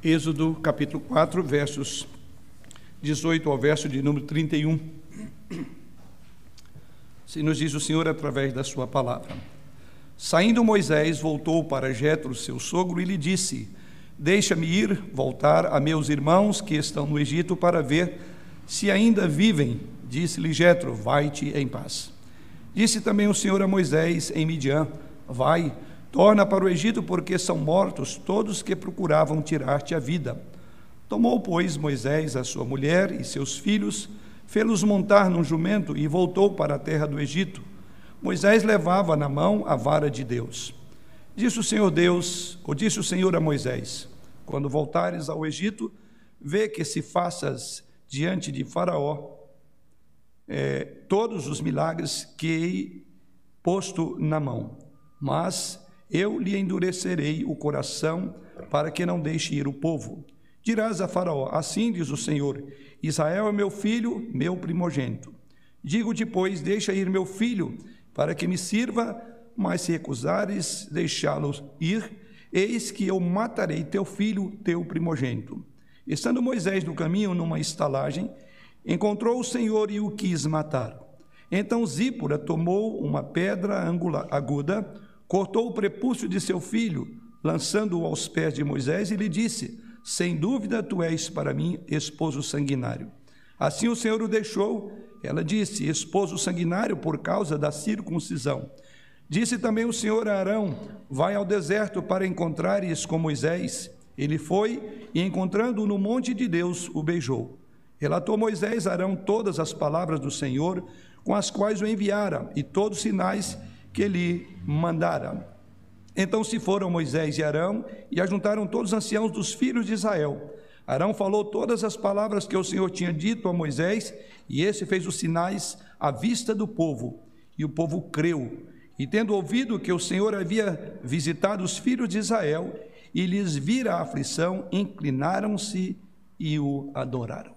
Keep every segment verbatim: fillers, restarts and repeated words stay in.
Êxodo capítulo quatro, versos dezoito ao verso de número trinta e um. Se nos diz o Senhor através da sua palavra: Saindo Moisés, voltou para Jetro, seu sogro, e lhe disse: Deixa-me ir, voltar a meus irmãos que estão no Egito, para ver se ainda vivem. Disse-lhe Jetro: Vai-te em paz. Disse também o Senhor a Moisés em Midian: Vai, torna para o Egito, porque são mortos todos que procuravam tirar-te a vida. Tomou, pois, Moisés a sua mulher e seus filhos, fê-los montar num jumento e voltou para a terra do Egito. Moisés levava na mão a vara de Deus. Disse o Senhor Deus, ou disse o Senhor a Moisés: Quando voltares ao Egito, vê que se faças diante de Faraó é, todos os milagres que hei posto na mão, mas eu lhe endurecerei o coração para que não deixe ir o povo. Dirás a Faraó: Assim diz o Senhor: Israel é meu filho, meu primogênito. Digo-te, pois, deixa ir meu filho, para que me sirva, mas se recusares deixá-lo ir, eis que eu matarei teu filho, teu primogênito. Estando Moisés no caminho, numa estalagem, encontrou o Senhor e o quis matar. Então Zípora tomou uma pedra angular, aguda, cortou o prepúcio de seu filho, lançando-o aos pés de Moisés, e lhe disse: Sem dúvida tu és para mim esposo sanguinário. Assim o Senhor o deixou. Ela disse: Esposo sanguinário por causa da circuncisão. Disse também o Senhor a Arão: Vai ao deserto para encontrares com Moisés. Ele foi e, encontrando-o no monte de Deus, o beijou. Relatou Moisés a Arão todas as palavras do Senhor, com as quais o enviara, e todos os sinais que lhe mandara. Então se foram Moisés e Arão, e ajuntaram todos os anciãos dos filhos de Israel. Arão falou todas as palavras que o Senhor tinha dito a Moisés, e esse fez os sinais à vista do povo. E o povo creu, e tendo ouvido que o Senhor havia visitado os filhos de Israel, e lhes vira a aflição, inclinaram-se e o adoraram.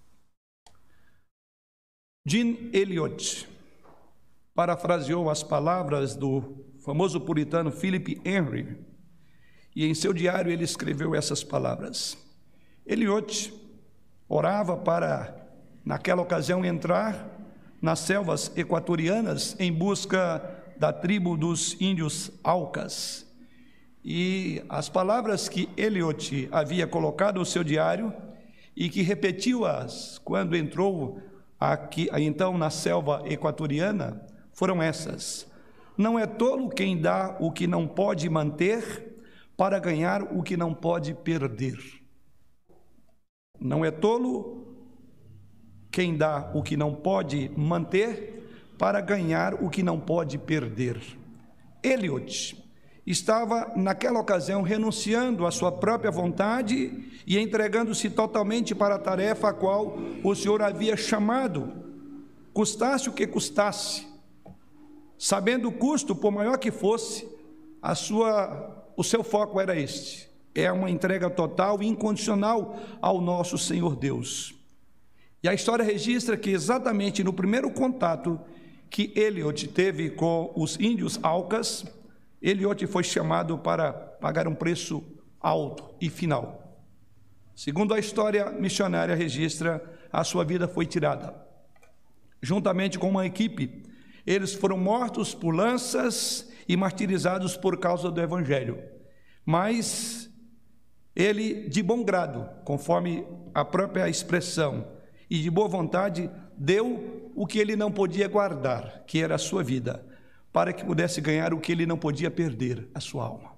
Jim Elliot parafraseou as palavras do famoso puritano Philip Henry, e em seu diário ele escreveu essas palavras. Elliot orava para, naquela ocasião, entrar nas selvas equatorianas em busca da tribo dos índios Aucas. E as palavras que Elliot havia colocado no seu diário e que repetiu-as quando entrou aqui, então na selva equatoriana, foram essas: Não é tolo quem dá o que não pode manter para ganhar o que não pode perder. Não é tolo quem dá o que não pode manter para ganhar o que não pode perder. Elliot estava naquela ocasião renunciando à sua própria vontade e entregando-se totalmente para a tarefa a qual o Senhor havia chamado, custasse o que custasse. Sabendo o custo, por maior que fosse, a sua, o seu foco era este: é uma entrega total e incondicional ao nosso Senhor Deus. E a história registra que exatamente no primeiro contato que Elliot teve com os índios Aucas, Elliot foi chamado para pagar um preço alto e final. Segundo a história missionária registra, a sua vida foi tirada. Juntamente com uma equipe, eles foram mortos por lanças e martirizados por causa do Evangelho. Mas ele, de bom grado, conforme a própria expressão, e de boa vontade, deu o que ele não podia guardar, que era a sua vida, para que pudesse ganhar o que ele não podia perder, a sua alma.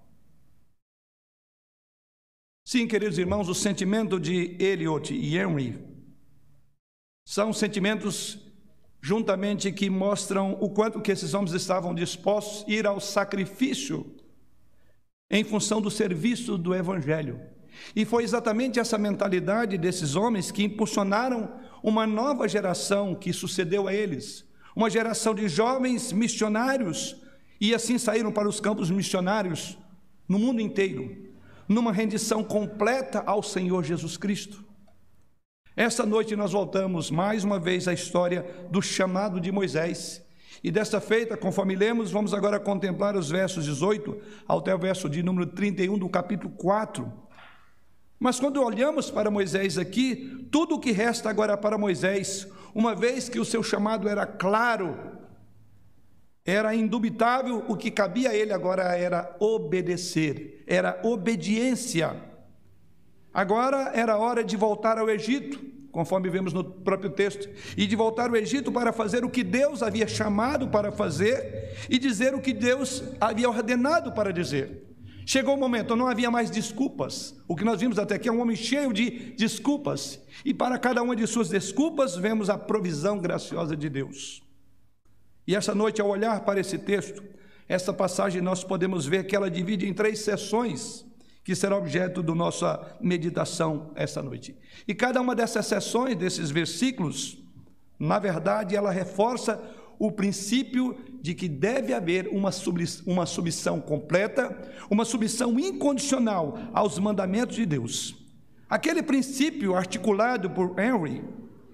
Sim, queridos irmãos, o sentimento de Elliot e Henry são sentimentos juntamente que mostram o quanto que esses homens estavam dispostos a ir ao sacrifício em função do serviço do Evangelho. E foi exatamente essa mentalidade desses homens que impulsionaram uma nova geração que sucedeu a eles, uma geração de jovens missionários, e assim saíram para os campos missionários no mundo inteiro, numa rendição completa ao Senhor Jesus Cristo. Esta noite nós voltamos mais uma vez à história do chamado de Moisés, e desta feita, conforme lemos, vamos agora contemplar os versos dezoito até o verso de número trinta e um do capítulo quatro. Mas quando olhamos para Moisés aqui, tudo o que resta agora para Moisés, uma vez que o seu chamado era claro, era indubitável, o que cabia a ele agora era obedecer, era obediência. Agora era hora de voltar ao Egito, conforme vemos no próprio texto, e de voltar ao Egito para fazer o que Deus havia chamado para fazer e dizer o que Deus havia ordenado para dizer. Chegou o momento, não havia mais desculpas. O que nós vimos até aqui é um homem cheio de desculpas, e para cada uma de suas desculpas vemos a provisão graciosa de Deus. E essa noite, ao olhar para esse texto, essa passagem nós podemos ver que ela divide em três sessões, que será objeto da nossa meditação esta noite. E cada uma dessas sessões, desses versículos, na verdade, ela reforça o princípio de que deve haver uma uma submissão completa, uma submissão incondicional aos mandamentos de Deus. Aquele princípio articulado por Henry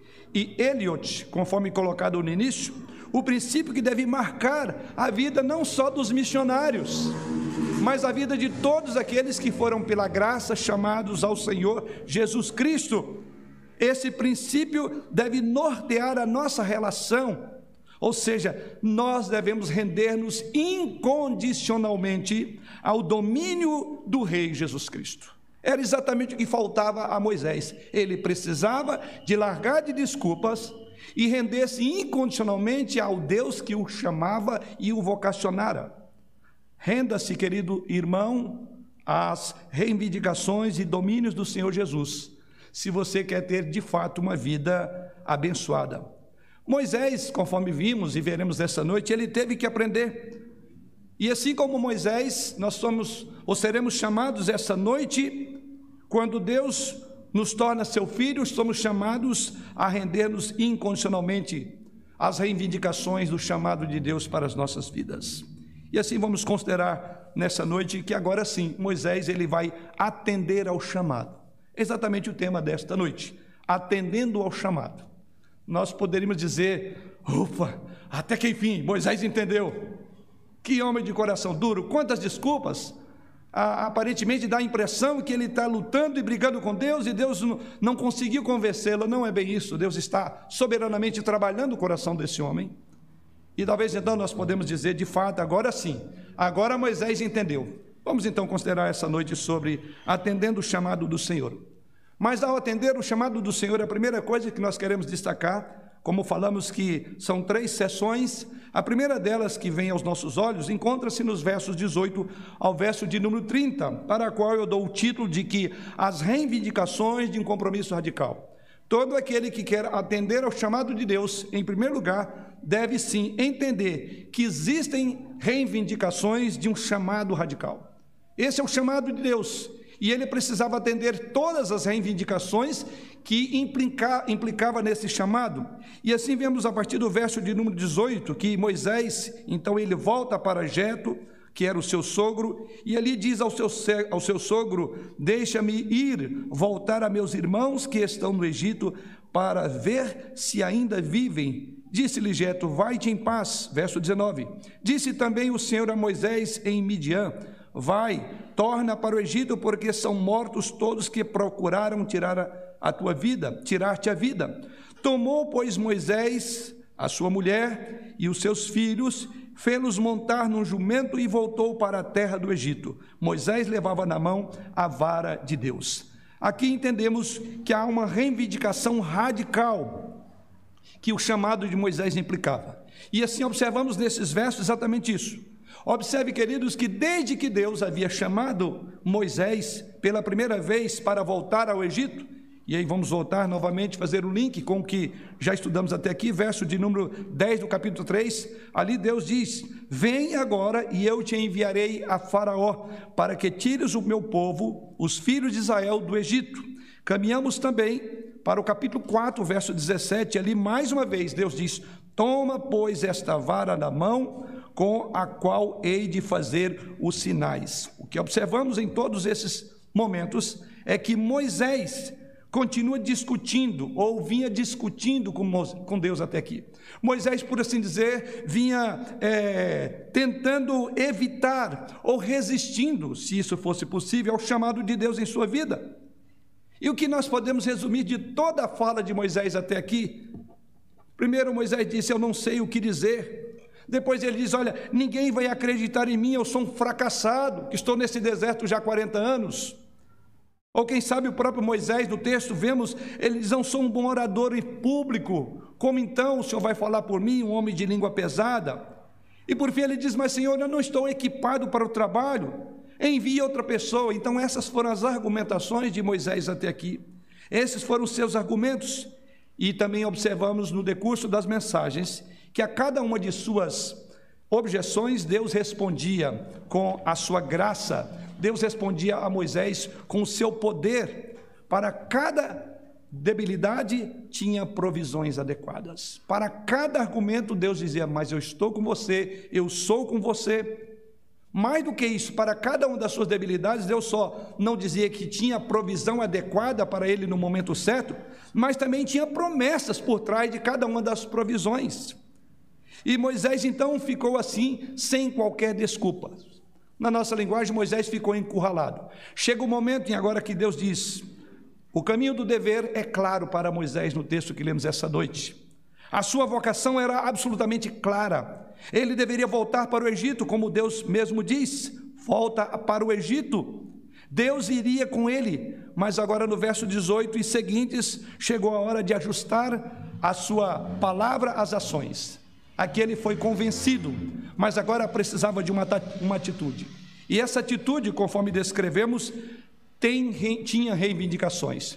e Eliot, conforme colocado no início, o princípio que deve marcar a vida não só dos missionários, mas a vida de todos aqueles que foram pela graça chamados ao Senhor Jesus Cristo. Esse princípio deve nortear a nossa relação, ou seja, nós devemos render-nos incondicionalmente ao domínio do Rei Jesus Cristo. Era exatamente o que faltava a Moisés. Ele precisava de largar de desculpas e render-se incondicionalmente ao Deus que o chamava e o vocacionara. Renda-se, querido irmão, às reivindicações e domínios do Senhor Jesus, se você quer ter de fato uma vida abençoada. Moisés, conforme vimos e veremos esta noite, ele teve que aprender. E assim como Moisés, nós somos ou seremos chamados essa noite, quando Deus nos torna seu filho, somos chamados a render-nos incondicionalmente às reivindicações do chamado de Deus para as nossas vidas. E assim vamos considerar nessa noite que agora sim, Moisés ele vai atender ao chamado. Exatamente o tema desta noite, atendendo ao chamado. Nós poderíamos dizer, ufa, até que enfim, Moisés entendeu. Que homem de coração duro, quantas desculpas. Ah, aparentemente dá a impressão que ele está lutando e brigando com Deus e Deus não, não conseguiu convencê-lo. Não é bem isso, Deus está soberanamente trabalhando o coração desse homem. E talvez então nós podemos dizer, de fato, agora sim, agora Moisés entendeu. Vamos então considerar essa noite sobre atendendo o chamado do Senhor. Mas ao atender o chamado do Senhor, a primeira coisa que nós queremos destacar, como falamos que são três sessões, a primeira delas que vem aos nossos olhos, encontra-se nos versos dezoito ao verso de número trinta, para a qual eu dou o título de que as reivindicações de um compromisso radical. Todo aquele que quer atender ao chamado de Deus, em primeiro lugar, deve sim entender que existem reivindicações de um chamado radical. Esse é o chamado de Deus, e ele precisava atender todas as reivindicações que implica, implicava nesse chamado. E assim vemos a partir do verso de número dezoito, que Moisés, então ele volta para Jetro, que era o seu sogro, e ali diz ao seu, ao seu sogro, deixa-me ir, voltar a meus irmãos que estão no Egito, para ver se ainda vivem. Disse-lhe Jetro, vai-te em paz, verso dezenove. Disse também o Senhor a Moisés em Midian, vai, torna para o Egito, porque são mortos todos que procuraram tirar a, a tua vida, tirar-te a vida. Tomou, pois, Moisés a sua mulher e os seus filhos, fê-los montar num jumento e voltou para a terra do Egito. Moisés levava na mão a vara de Deus. Aqui entendemos que há uma reivindicação radical que o chamado de Moisés implicava. E assim observamos nesses versos exatamente isso. Observe, queridos, que desde que Deus havia chamado Moisés pela primeira vez para voltar ao Egito, e aí vamos voltar novamente, fazer o link com o que já estudamos até aqui, verso de número dez do capítulo três, ali Deus diz, vem agora e eu te enviarei a Faraó, para que tires o meu povo, os filhos de Israel, do Egito. Caminhamos também para o capítulo quatro, verso dezessete, ali mais uma vez Deus diz, toma, pois, esta vara na mão, com a qual hei de fazer os sinais. O que observamos em todos esses momentos é que Moisés continua discutindo, ou vinha discutindo com, com Deus até aqui. Moisés, por assim dizer, vinha é, tentando evitar, ou resistindo, se isso fosse possível, ao chamado de Deus em sua vida. E o que nós podemos resumir de toda a fala de Moisés até aqui? Primeiro, Moisés disse: eu não sei o que dizer. Depois ele diz: olha, ninguém vai acreditar em mim, eu sou um fracassado, que estou nesse deserto já há quarenta anos. Ou quem sabe o próprio Moisés, no texto, vemos, ele diz: não sou um bom orador em público, como então o Senhor vai falar por mim, um homem de língua pesada? E por fim ele diz: mas Senhor, eu não estou equipado para o trabalho, envie outra pessoa. Então essas foram as argumentações de Moisés até aqui, esses foram os seus argumentos. E também observamos no decurso das mensagens, que a cada uma de suas objeções, Deus respondia com a sua graça, Deus respondia a Moisés com o seu poder. Para cada debilidade tinha provisões adequadas, para cada argumento Deus dizia: mas eu estou com você, eu sou com você. Mais do que isso, para cada uma das suas debilidades, Deus só não dizia que tinha provisão adequada para ele no momento certo, mas também tinha promessas por trás de cada uma das provisões. E Moisés então ficou assim, sem qualquer desculpa. Na nossa linguagem, Moisés ficou encurralado. Chega o momento em agora que Deus diz: o caminho do dever é claro para Moisés no texto que lemos essa noite. A sua vocação era absolutamente clara. Ele deveria voltar para o Egito, como Deus mesmo diz: volta para o Egito. Deus iria com ele, mas agora no verso dezoito e seguintes, chegou a hora de ajustar a sua palavra às ações. Aqui ele foi convencido, mas agora precisava de uma, uma atitude. E essa atitude, conforme descrevemos, tem, tinha reivindicações.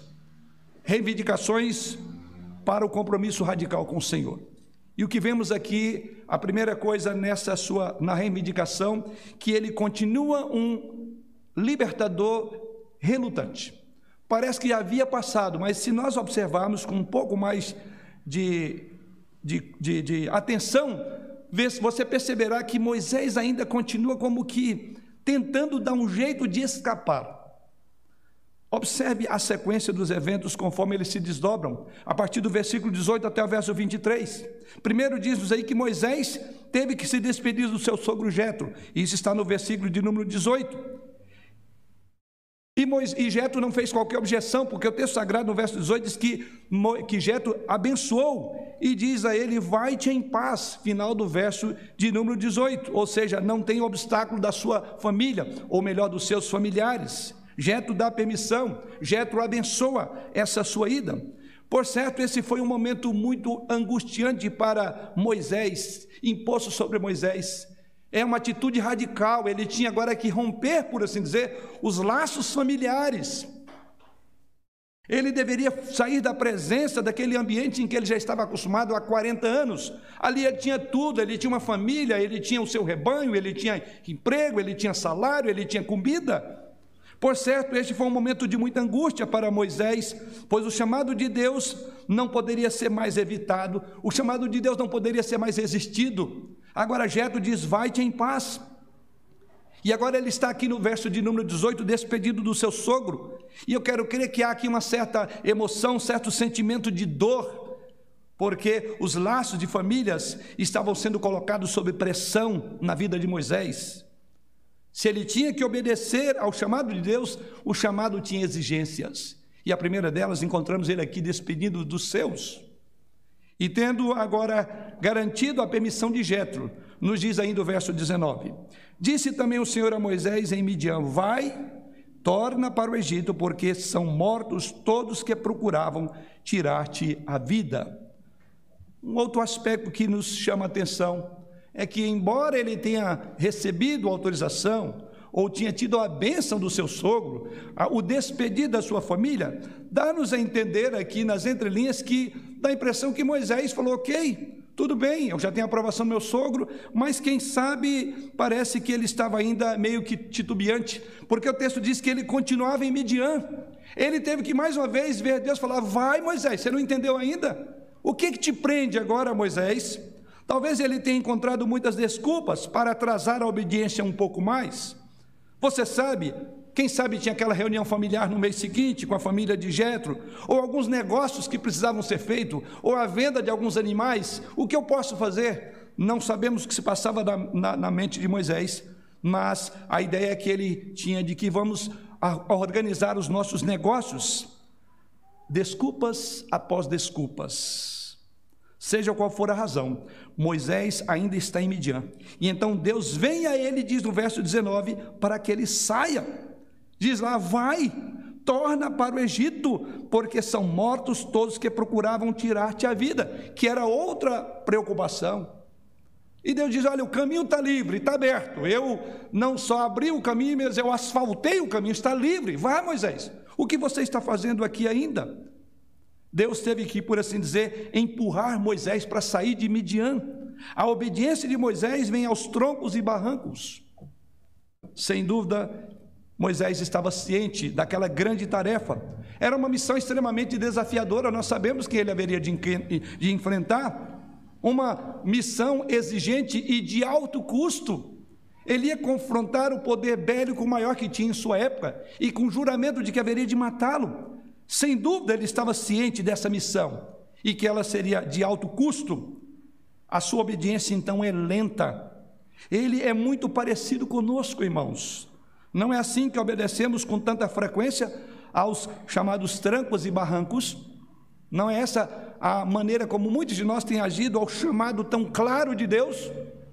Reivindicações para o compromisso radical com o Senhor. E o que vemos aqui, a primeira coisa nessa sua, na reivindicação, que ele continua um libertador relutante. Parece que já havia passado, mas se nós observarmos com um pouco mais de, de, de, de atenção, você perceberá que Moisés ainda continua como que tentando dar um jeito de escapar. Observe a sequência dos eventos conforme eles se desdobram, a partir do versículo dezoito até o verso vinte e três. Primeiro diz-nos aí que Moisés teve que se despedir do seu sogro Jetro, isso está no versículo de número dezoito. E, Moisés, e Jetro não fez qualquer objeção, porque o texto sagrado no verso dezoito diz que, que Jetro abençoou e diz a ele: vai-te em paz, final do verso de número dezoito, ou seja, não tem obstáculo da sua família, ou melhor, dos seus familiares. Jetro dá permissão, Jetro abençoa essa sua ida. Por certo, esse foi um momento muito angustiante para Moisés, imposto sobre Moisés. É uma atitude radical, ele tinha agora que romper, por assim dizer, os laços familiares. Ele deveria sair da presença daquele ambiente em que ele já estava acostumado há quarenta anos. Ali ele tinha tudo, ele tinha uma família, ele tinha o seu rebanho, ele tinha emprego, ele tinha salário, ele tinha comida. Por certo, este foi um momento de muita angústia para Moisés, pois o chamado de Deus não poderia ser mais evitado, o chamado de Deus não poderia ser mais resistido. Agora Jetro diz: vai-te em paz. E agora ele está aqui no verso de número dezoito, despedido do seu sogro, e eu quero crer que há aqui uma certa emoção, um certo sentimento de dor, porque os laços de famílias estavam sendo colocados sob pressão na vida de Moisés. Se ele tinha que obedecer ao chamado de Deus, o chamado tinha exigências. E a primeira delas, encontramos ele aqui despedido dos seus. E tendo agora garantido a permissão de Jetro, nos diz ainda o verso dezenove: disse também o Senhor a Moisés em Midian: vai, torna para o Egito, porque são mortos todos que procuravam tirar-te a vida. Um outro aspecto que nos chama a atenção é que, embora ele tenha recebido autorização, ou tinha tido a bênção do seu sogro, o despedir da sua família, dá-nos a entender aqui nas entrelinhas que dá a impressão que Moisés falou: ok, tudo bem, eu já tenho a aprovação do meu sogro, mas quem sabe parece que ele estava ainda meio que titubeante, porque o texto diz que ele continuava em Midian. Ele teve que mais uma vez ver Deus falar: vai, Moisés, você não entendeu ainda? O que que te prende agora, Moisés? Talvez ele tenha encontrado muitas desculpas para atrasar a obediência um pouco mais. Você sabe, quem sabe tinha aquela reunião familiar no mês seguinte com a família de Jetro, ou alguns negócios que precisavam ser feitos, ou a venda de alguns animais. O que eu posso fazer? Não sabemos o que se passava na, na, na mente de Moisés, mas a ideia que ele tinha de que vamos organizar os nossos negócios. desculpas após desculpas, seja qual for a razão, Moisés ainda está em Midian. E então Deus vem a ele, diz no verso dezenove, para que ele saia. Diz lá: vai, torna para o Egito, porque são mortos todos que procuravam tirar-te a vida, que era outra preocupação. E Deus diz: olha, o caminho está livre, está aberto, eu não só abri o caminho, mas eu asfaltei o caminho, está livre. Vai, Moisés, o que você está fazendo aqui ainda? Deus teve que, por assim dizer, empurrar Moisés para sair de Midian. A obediência de Moisés vem aos troncos e barrancos. Sem dúvida, Moisés estava ciente daquela grande tarefa. Era uma missão extremamente desafiadora, nós sabemos que ele haveria de, de enfrentar uma missão exigente e de alto custo. Ele ia confrontar o poder bélico maior que tinha em sua época, e com o juramento de que haveria de matá-lo. Sem dúvida ele estava ciente dessa missão, e que ela seria de alto custo. A sua obediência então é lenta. Ele é muito parecido conosco, irmãos. Não é assim que obedecemos com tanta frequência aos chamados trancos e barrancos? Não é essa a maneira como muitos de nós têm agido ao chamado tão claro de Deus?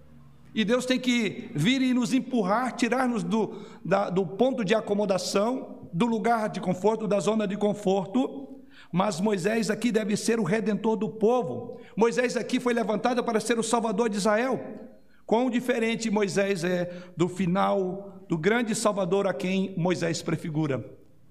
E Deus tem que vir e nos empurrar, tirar-nos do, da, do ponto de acomodação, do lugar de conforto, da zona de conforto. Mas Moisés aqui deve ser o redentor do povo. Moisés aqui foi levantado para ser o salvador de Israel. Quão diferente Moisés é do final do grande salvador a quem Moisés prefigura.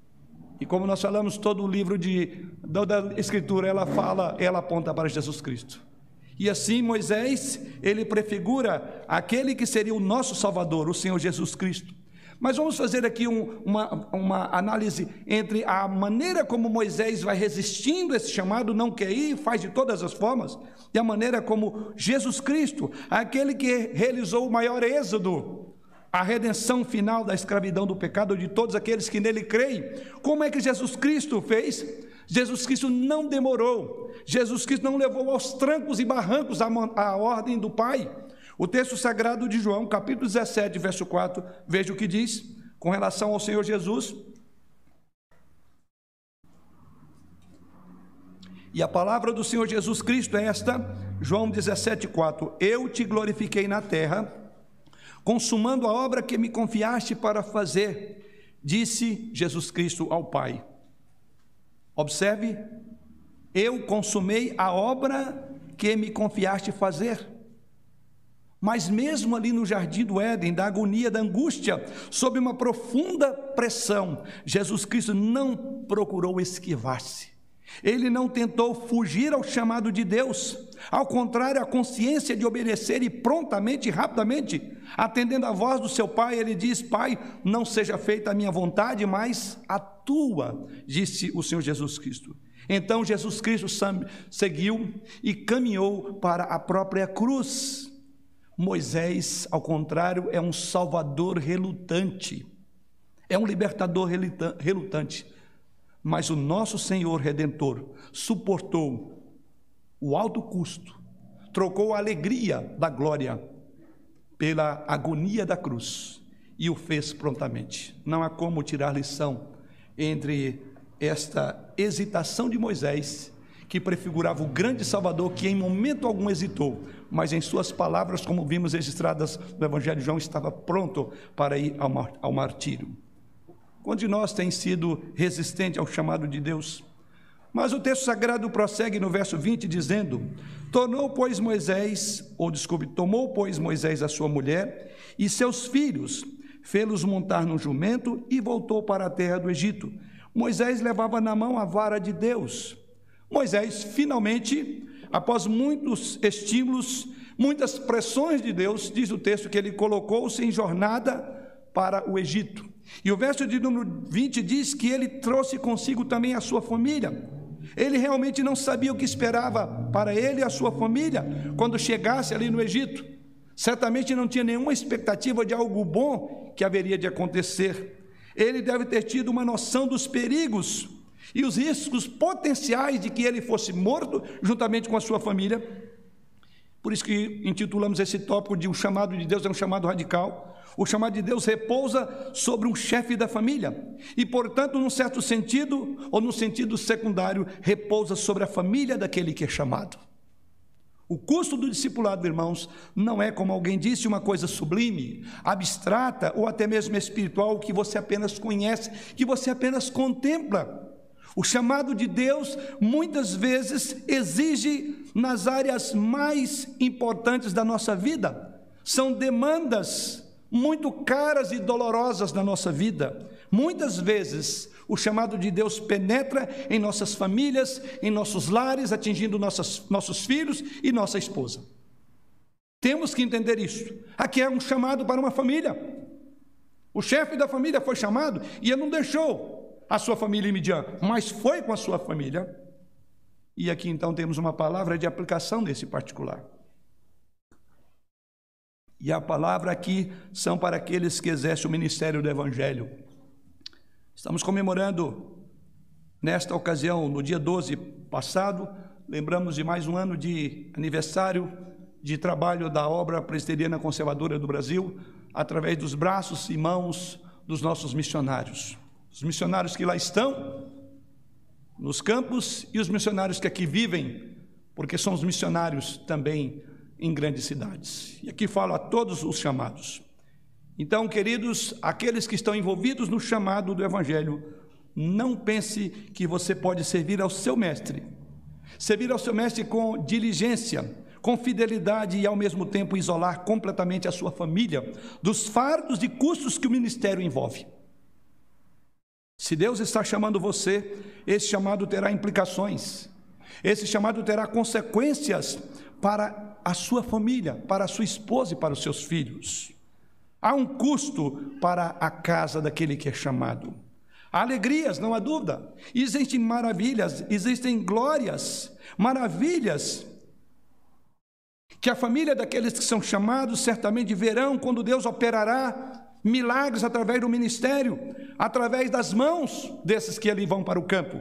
E como nós falamos, todo o livro de, da Escritura, ela fala, ela aponta para Jesus Cristo. E assim Moisés, ele prefigura aquele que seria o nosso Salvador, o Senhor Jesus Cristo. Mas vamos fazer aqui um, uma, uma análise entre a maneira como Moisés vai resistindo a esse chamado, não quer ir, faz de todas as formas, e a maneira como Jesus Cristo, aquele que realizou o maior êxodo, a redenção final da escravidão do pecado de todos aqueles que nele creem. Como é que Jesus Cristo fez? Jesus Cristo não demorou, Jesus Cristo não levou aos trancos e barrancos a, a ordem do Pai. O texto sagrado de João, capítulo dezessete, verso quatro, veja o que diz com relação ao Senhor Jesus. E a palavra do Senhor Jesus Cristo é esta, João dezessete, quatro: eu te glorifiquei na terra, consumando a obra que me confiaste para fazer, disse Jesus Cristo ao Pai. Observe, eu consumei a obra que me confiaste fazer. Mas mesmo ali no jardim do Éden, da agonia, da angústia, sob uma profunda pressão, Jesus Cristo não procurou esquivar-se. Ele não tentou fugir ao chamado de Deus. Ao contrário, a consciência de obedecer e prontamente e rapidamente, atendendo a voz do seu Pai, ele diz: Pai, não seja feita a minha vontade, mas a tua, disse o Senhor Jesus Cristo. Então Jesus Cristo seguiu e caminhou para a própria cruz. Moisés, ao contrário, é um salvador relutante, é um libertador relutante, mas o nosso Senhor Redentor suportou o alto custo, trocou a alegria da glória pela agonia da cruz e o fez prontamente. Não há como tirar lição entre esta hesitação de Moisés, que prefigurava o grande Salvador, que em momento algum hesitou, mas em suas palavras, como vimos registradas no Evangelho de João, estava pronto para ir ao martírio. Quantos de nós tem sido resistente ao chamado de Deus? Mas o texto sagrado prossegue no verso vinte, dizendo: tornou, pois, Moisés, ou desculpe, tomou, pois, Moisés a sua mulher e seus filhos, fê-los montar no jumento e voltou para a terra do Egito. Moisés levava na mão a vara de Deus. Moisés, finalmente, após muitos estímulos, muitas pressões de Deus, diz o texto que ele colocou-se em jornada para o Egito. E o verso de número vinte diz que ele trouxe consigo também a sua família. Ele realmente não sabia o que esperava para ele e a sua família quando chegasse ali no Egito. Certamente não tinha nenhuma expectativa de algo bom que haveria de acontecer. Ele deve ter tido uma noção dos perigos e os riscos potenciais de que ele fosse morto juntamente com a sua família. Por isso que intitulamos esse tópico de um chamado de Deus é um chamado radical. O chamado de Deus repousa sobre um chefe da família e, portanto, num certo sentido, ou no sentido secundário, repousa sobre a família daquele que é chamado. O custo do discipulado, irmãos, não é, como alguém disse, uma coisa sublime, abstrata ou até mesmo espiritual que você apenas conhece, que você apenas contempla. O chamado de Deus, muitas vezes, exige nas áreas mais importantes da nossa vida. São demandas muito caras e dolorosas na nossa vida. Muitas vezes, o chamado de Deus penetra em nossas famílias, em nossos lares, atingindo nossas, nossos filhos e nossa esposa. Temos que entender isso. Aqui é um chamado para uma família. O chefe da família foi chamado e ele não deixou a sua família em Midian, mas foi com a sua família. E aqui então temos uma palavra de aplicação nesse particular. E a palavra aqui são para aqueles que exercem o ministério do Evangelho. Estamos comemorando, nesta ocasião, no dia doze passado, lembramos de mais um ano de aniversário de trabalho da obra presbiteriana conservadora do Brasil, através dos braços e mãos dos nossos missionários. Os missionários que lá estão, nos campos, e os missionários que aqui vivem, porque são os missionários também em grandes cidades. E aqui falo a todos os chamados. Então, queridos, aqueles que estão envolvidos no chamado do Evangelho, não pense que você pode servir ao seu mestre. Servir ao seu mestre com diligência, com fidelidade e ao mesmo tempo isolar completamente a sua família dos fardos e custos que o ministério envolve. Se Deus está chamando você, esse chamado terá implicações. Esse chamado terá consequências para a sua família, para a sua esposa e para os seus filhos. Há um custo para a casa daquele que é chamado. Há alegrias, não há dúvida. Existem maravilhas, existem glórias, maravilhas, que a família daqueles que são chamados certamente verão quando Deus operará milagres através do ministério, através das mãos desses que ali vão para o campo.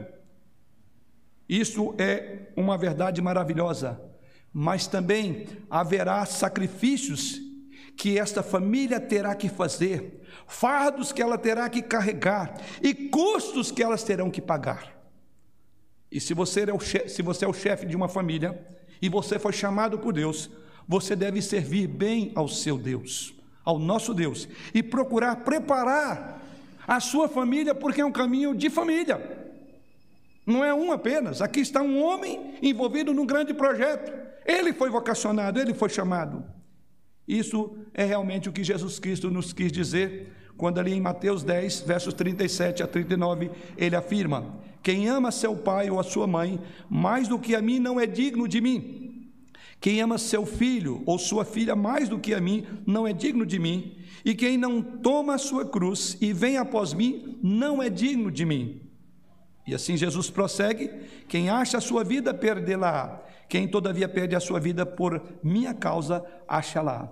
Isso é uma verdade maravilhosa, mas também haverá sacrifícios que esta família terá que fazer, fardos que ela terá que carregar e custos que elas terão que pagar. E se você é o chefe, se você é o chefe de uma família e você foi chamado por Deus, você deve servir bem ao seu Deus, ao nosso Deus, e procurar preparar a sua família, porque é um caminho de família. Não é um apenas. Aqui está um homem envolvido num grande projeto. Ele foi vocacionado, ele foi chamado. Isso é realmente o que Jesus Cristo nos quis dizer, quando ali em Mateus dez, versos trinta e sete a trinta e nove, ele afirma: quem ama seu pai ou a sua mãe mais do que a mim não é digno de mim. Quem ama seu filho ou sua filha mais do que a mim não é digno de mim. E quem não toma a sua cruz e vem após mim não é digno de mim. E assim Jesus prossegue: quem acha a sua vida, perdê-la. Quem todavia perde a sua vida por minha causa, acha-la.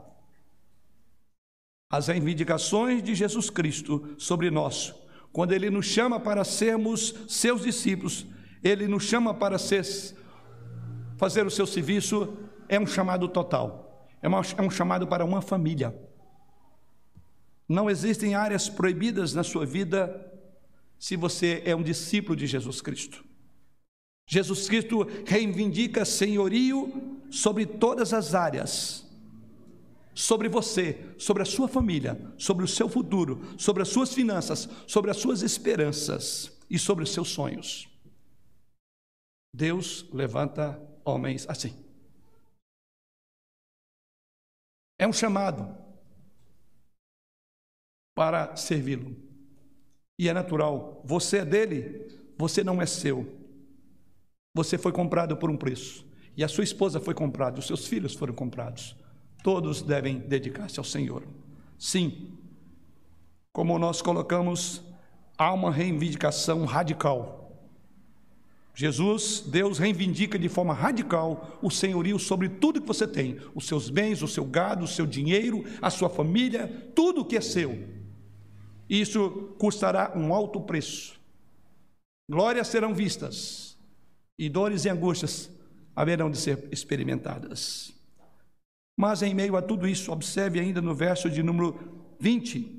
As reivindicações de Jesus Cristo sobre nós, quando Ele nos chama para sermos seus discípulos, Ele nos chama para ser, fazer o seu serviço, é um chamado total, é, uma, é um chamado para uma família. Não existem áreas proibidas na sua vida se você é um discípulo de Jesus Cristo. Jesus Cristo reivindica senhorio sobre todas as áreas, sobre você, sobre a sua família, sobre o seu futuro, sobre as suas finanças, sobre as suas esperanças e sobre os seus sonhos. Deus levanta homens assim. É um chamado para servi-lo. E é natural, você é dele, você não é seu. Você foi comprado por um preço, e a sua esposa foi comprada, os seus filhos foram comprados. Todos devem dedicar-se ao Senhor. Sim, como nós colocamos, há uma reivindicação radical. Jesus, Deus reivindica de forma radical o senhorio sobre tudo que você tem, os seus bens, o seu gado, o seu dinheiro, a sua família, tudo que é seu. Isso custará um alto preço. Glórias serão vistas, e dores e angústias haverão de ser experimentadas. Mas em meio a tudo isso, observe ainda no verso de número vinte,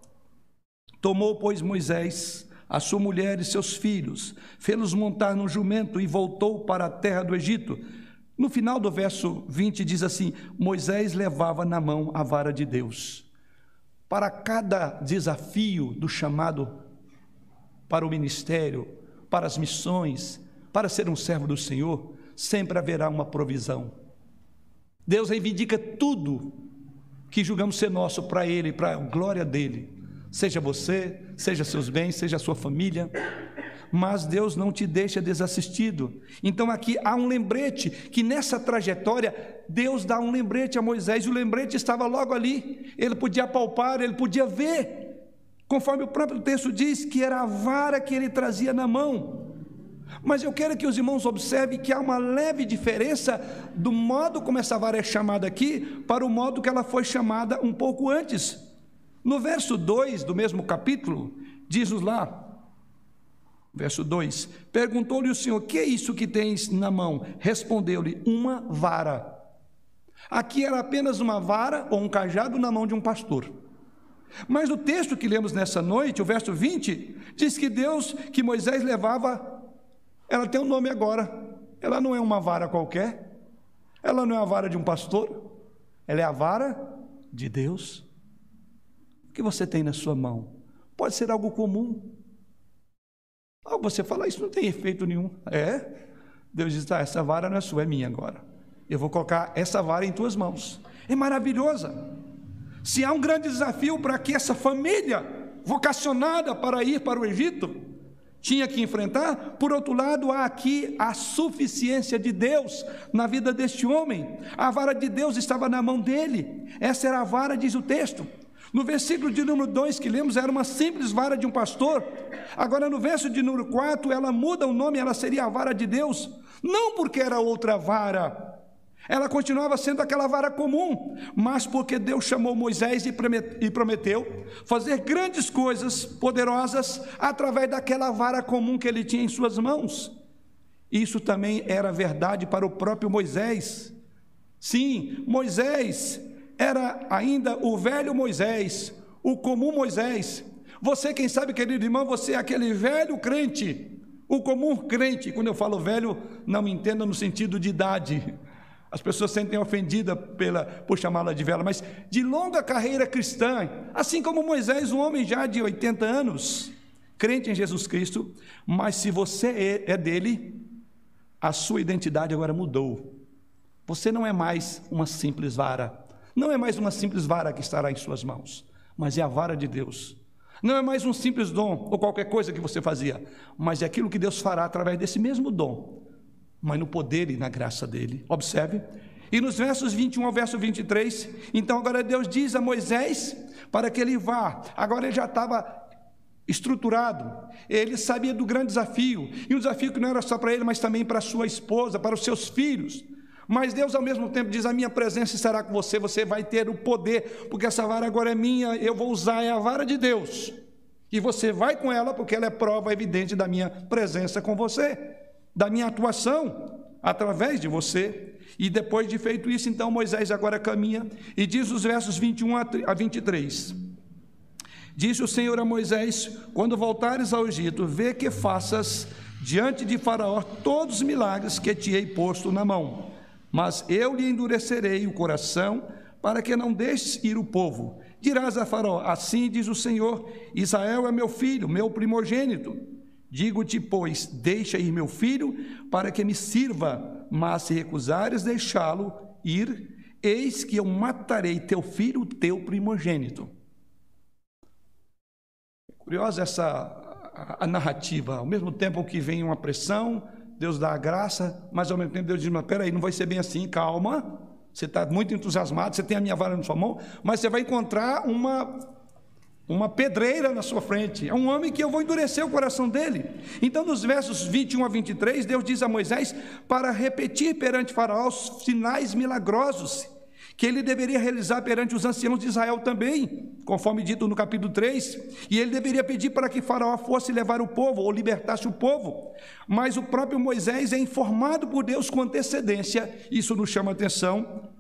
tomou, pois, Moisés a sua mulher e seus filhos, fê-los montar num jumento e voltou para a terra do Egito. No final do verso vinte diz assim: Moisés levava na mão a vara de Deus. Para cada desafio do chamado para o ministério, para as missões, para ser um servo do Senhor, sempre haverá uma provisão. Deus reivindica tudo que julgamos ser nosso para Ele, para a glória dEle. Seja você, seja seus bens, seja a sua família, mas Deus não te deixa desassistido. Então aqui há um lembrete, que nessa trajetória, Deus dá um lembrete a Moisés, e o lembrete estava logo ali, ele podia palpar, ele podia ver, conforme o próprio texto diz, que era a vara que ele trazia na mão. Mas eu quero que os irmãos observem que há uma leve diferença do modo como essa vara é chamada aqui, para o modo que ela foi chamada um pouco antes. No verso dois do mesmo capítulo, diz-nos lá, verso dois, perguntou-lhe o Senhor: que é isso que tens na mão? Respondeu-lhe: uma vara. Aqui era apenas uma vara ou um cajado na mão de um pastor. Mas o texto que lemos nessa noite, o verso vinte, diz que Deus, que Moisés levava, ela tem um nome agora, ela não é uma vara qualquer, ela não é a vara de um pastor, ela é a vara de Deus. O que você tem na sua mão? Pode ser algo comum. Ah, você fala, isso não tem efeito nenhum. É? Deus diz: ah, essa vara não é sua, é minha agora. Eu vou colocar essa vara em tuas mãos. É maravilhosa. Se há um grande desafio para que essa família vocacionada para ir para o Egito tinha que enfrentar, por outro lado, há aqui a suficiência de Deus na vida deste homem. A vara de Deus estava na mão dele. Essa era a vara, diz o texto. No versículo de número dois que lemos, era uma simples vara de um pastor. Agora no verso de número quatro, ela muda o nome, ela seria a vara de Deus. Não porque era outra vara, ela continuava sendo aquela vara comum, mas porque Deus chamou Moisés e prometeu fazer grandes coisas poderosas através daquela vara comum que ele tinha em suas mãos. Isso também era verdade para o próprio Moisés. Sim, Moisés era ainda o velho Moisés, o comum Moisés. Você, quem sabe, querido irmão, você é aquele velho crente, o comum crente. Quando eu falo velho, não me entenda no sentido de idade. As pessoas se sentem ofendidas pela, por chamá-la de velha, mas de longa carreira cristã, assim como Moisés, um homem já de oitenta anos, crente em Jesus Cristo. Mas se você é, é dele, a sua identidade agora mudou. Você não é mais uma simples vara. Não é mais uma simples vara que estará em suas mãos, mas é a vara de Deus. Não é mais um simples dom ou qualquer coisa que você fazia, mas é aquilo que Deus fará através desse mesmo dom, mas no poder e na graça dele. Observe. E nos versos vinte e um ao verso vinte e três, então agora Deus diz a Moisés para que ele vá. Agora ele já estava estruturado, ele sabia do grande desafio, e um desafio que não era só para ele, mas também para sua esposa, para os seus filhos. Mas Deus ao mesmo tempo diz: a minha presença estará com você, você vai ter o poder, porque essa vara agora é minha, eu vou usar, é a vara de Deus, e você vai com ela, porque ela é prova evidente da minha presença com você, da minha atuação através de você. E depois de feito isso, então Moisés agora caminha, e diz os versos vinte e um a vinte e três: disse o Senhor a Moisés: quando voltares ao Egito, vê que faças diante de Faraó todos os milagres que te hei posto na mão, mas eu lhe endurecerei o coração, para que não deixes ir o povo. Dirás a Faraó: assim diz o Senhor, Israel é meu filho, meu primogênito. Digo-te, pois, deixa ir meu filho, para que me sirva, mas se recusares deixá-lo ir, eis que eu matarei teu filho, teu primogênito. Curiosa essa a, a narrativa. Ao mesmo tempo que vem uma pressão, Deus dá a graça, mas ao mesmo tempo Deus diz: mas peraí, não vai ser bem assim, calma, você está muito entusiasmado, você tem a minha vara na sua mão, mas você vai encontrar uma, uma pedreira na sua frente, é um homem que eu vou endurecer o coração dele. Então nos versos vinte e um a vinte e três, Deus diz a Moisés para repetir perante Faraó os sinais milagrosos que ele deveria realizar perante os anciãos de Israel também, conforme dito no capítulo três, e ele deveria pedir para que Faraó fosse levar o povo, ou libertasse o povo, mas o próprio Moisés é informado por Deus com antecedência. Isso nos chama a atenção,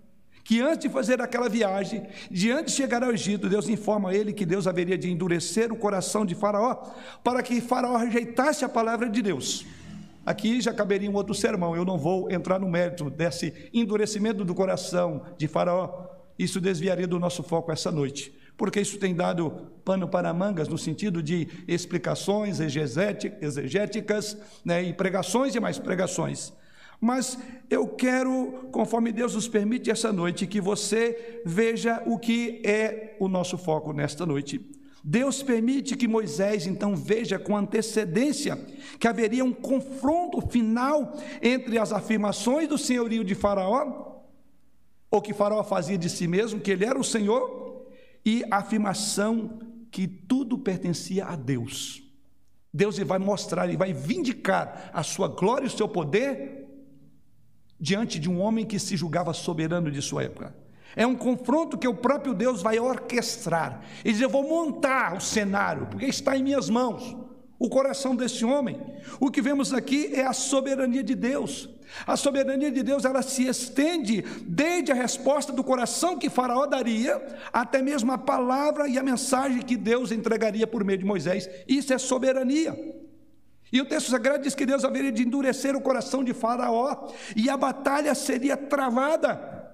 que antes de fazer aquela viagem, de antes de chegar ao Egito, Deus informa a ele que Deus haveria de endurecer o coração de Faraó, para que Faraó rejeitasse a palavra de Deus. Aqui já caberia um outro sermão, eu não vou entrar no mérito desse endurecimento do coração de Faraó, isso desviaria do nosso foco essa noite, porque isso tem dado pano para mangas, no sentido de explicações exegéticas, né, e pregações e mais pregações. Mas eu quero, conforme Deus nos permite essa noite, que você veja o que é o nosso foco nesta noite. Deus permite que Moisés então veja com antecedência que haveria um confronto final entre as afirmações do senhorio de Faraó, ou que Faraó fazia de si mesmo, que ele era o Senhor, e a afirmação que tudo pertencia a Deus. Deus vai mostrar e vai vindicar a sua glória e o seu poder diante de um homem que se julgava soberano de sua época. É um confronto que o próprio Deus vai orquestrar. Ele diz: eu vou montar o cenário, porque está em minhas mãos o coração desse homem. O que vemos aqui é a soberania de Deus. A soberania de Deus, ela se estende desde a resposta do coração que Faraó daria, até mesmo a palavra e a mensagem que Deus entregaria por meio de Moisés. Isso é soberania. E o texto sagrado diz que Deus haveria de endurecer o coração de Faraó, e a batalha seria travada.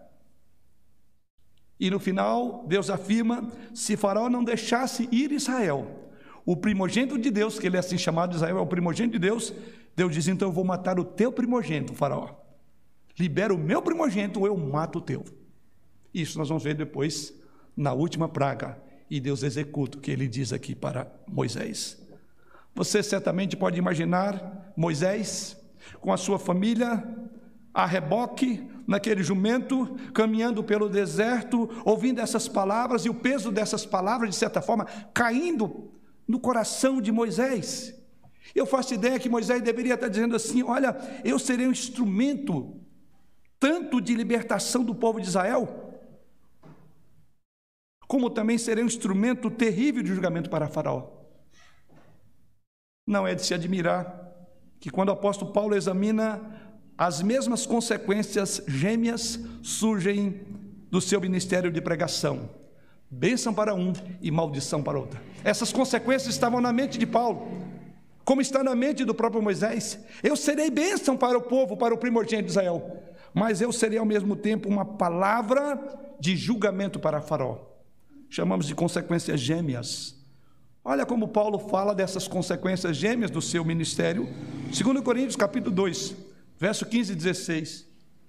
E no final, Deus afirma: se Faraó não deixasse ir Israel, o primogênito de Deus, que ele é assim chamado, Israel é o primogênito de Deus, Deus diz: então eu vou matar o teu primogênito, Faraó. Libera o meu primogênito ou eu mato o teu. Isso nós vamos ver depois na última praga, e Deus executa o que ele diz aqui para Moisés. Você certamente pode imaginar Moisés com a sua família a reboque, naquele jumento, caminhando pelo deserto, ouvindo essas palavras, e o peso dessas palavras, de certa forma, caindo no coração de Moisés. Eu faço ideia que Moisés deveria estar dizendo assim: olha, eu serei um instrumento tanto de libertação do povo de Israel, como também serei um instrumento terrível de julgamento para Faraó. Não é de se admirar que quando o apóstolo Paulo examina, as mesmas consequências gêmeas surgem do seu ministério de pregação: bênção para um e maldição para outro. Essas consequências estavam na mente de Paulo, como está na mente do próprio Moisés. Eu serei bênção para o povo, para o primogênito de Israel, mas eu serei ao mesmo tempo uma palavra de julgamento para Faraó. Chamamos de consequências gêmeas. Olha como Paulo fala dessas consequências gêmeas do seu ministério. Segundo Coríntios capítulo dois, verso quinze e dezesseis.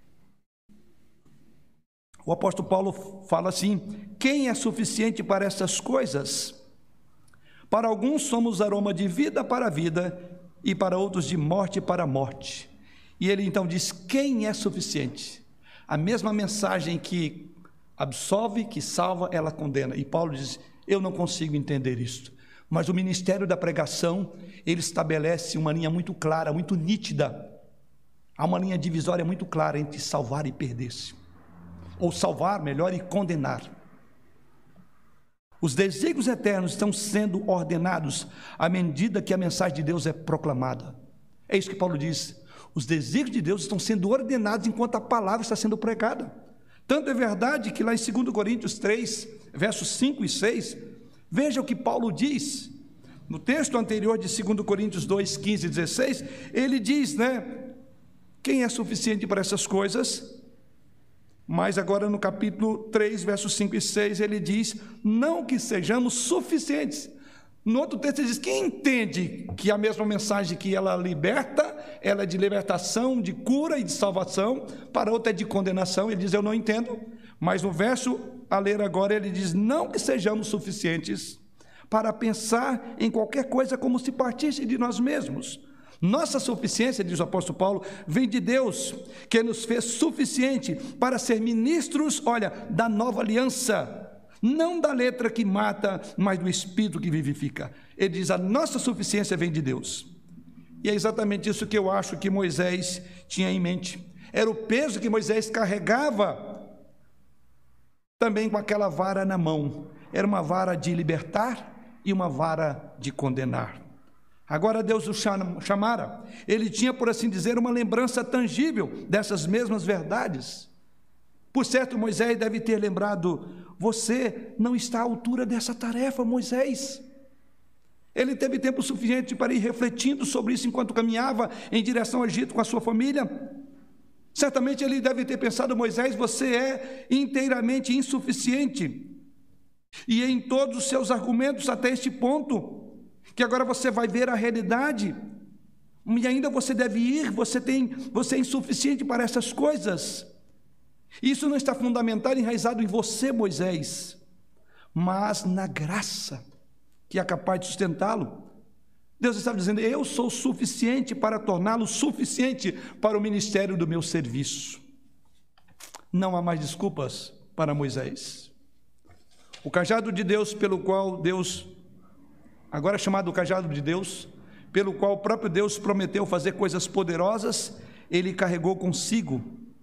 O apóstolo Paulo fala assim: quem é suficiente para essas coisas? Para alguns somos aroma de vida para a vida, e para outros de morte para a morte. E ele então diz: quem é suficiente? A mesma mensagem que absolve, que salva, ela condena. E Paulo diz: eu não consigo entender isto. Mas o ministério da pregação, ele estabelece uma linha muito clara, muito nítida. Há uma linha divisória muito clara entre salvar e perder-se, ou salvar, melhor, e condenar. Os desígnios eternos estão sendo ordenados à medida que a mensagem de Deus é proclamada. É isso que Paulo diz: os desígnios de Deus estão sendo ordenados enquanto a palavra está sendo pregada. Tanto é verdade que lá em segundo Coríntios três, versos cinco e seis, veja o que Paulo diz. No texto anterior de segundo Coríntios dois, quinze e dezesseis, ele diz, né, quem é suficiente para essas coisas? Mas agora no capítulo três, versos cinco e seis, ele diz: não que sejamos suficientes. No outro texto ele diz: quem entende que a mesma mensagem que ela liberta, ela é de libertação, de cura e de salvação, para outra é de condenação. Ele diz: eu não entendo. Mas no verso a ler agora ele diz: não que sejamos suficientes para pensar em qualquer coisa como se partisse de nós mesmos. Nossa suficiência, diz o apóstolo Paulo, vem de Deus, que nos fez suficiente para ser ministros, olha, da nova aliança, não da letra que mata, mas do Espírito que vivifica. Ele diz: a nossa suficiência vem de Deus. E é exatamente isso que eu acho que Moisés tinha em mente. Era o peso que Moisés carregava, também com aquela vara na mão. Era uma vara de libertar e uma vara de condenar. Agora Deus o chamara, ele tinha, por assim dizer, uma lembrança tangível dessas mesmas verdades. Por certo, Moisés deve ter lembrado: você não está à altura dessa tarefa, Moisés. Ele teve tempo suficiente para ir refletindo sobre isso enquanto caminhava em direção ao Egito com a sua família. Certamente ele deve ter pensado: Moisés, você é inteiramente insuficiente. E em todos os seus argumentos até este ponto, que agora você vai ver a realidade, e ainda você deve ir, você, tem, você é insuficiente para essas coisas. Isso não está fundamentado, enraizado em você, Moisés, mas na graça que é capaz de sustentá-lo. Deus estava dizendo: eu sou suficiente para torná-lo suficiente para o ministério do meu serviço. Não há mais desculpas para Moisés. O cajado de Deus, pelo qual Deus, agora é chamado o cajado de Deus, pelo qual o próprio Deus prometeu fazer coisas poderosas, ele carregou consigo.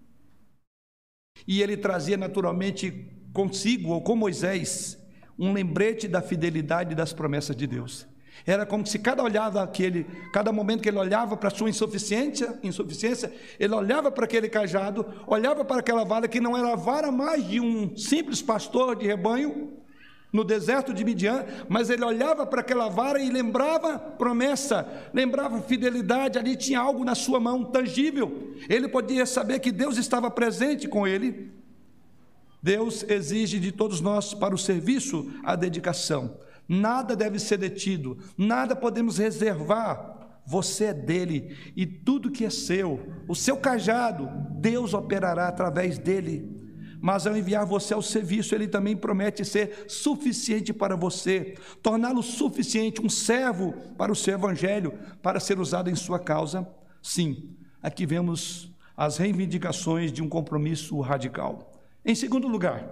E ele trazia naturalmente consigo, ou com Moisés, um lembrete da fidelidade das promessas de Deus. Era como se cada olhava aquele, cada momento que ele olhava para a sua insuficiência, insuficiência, ele olhava para aquele cajado, olhava para aquela vara que não era a vara mais de um simples pastor de rebanho no deserto de Midian, mas ele olhava para aquela vara e lembrava promessa, lembrava fidelidade. Ali tinha algo na sua mão tangível. Ele podia saber que Deus estava presente com ele. Deus exige de todos nós para o serviço a dedicação. Nada deve ser detido, nada podemos reservar. Você é dele e tudo que é seu, o seu cajado, Deus operará através dele. Mas ao enviar você ao serviço, ele também promete ser suficiente para você, torná-lo suficiente, um servo para o seu evangelho, para ser usado em sua causa. Sim, aqui vemos as reivindicações de um compromisso radical. Em segundo lugar,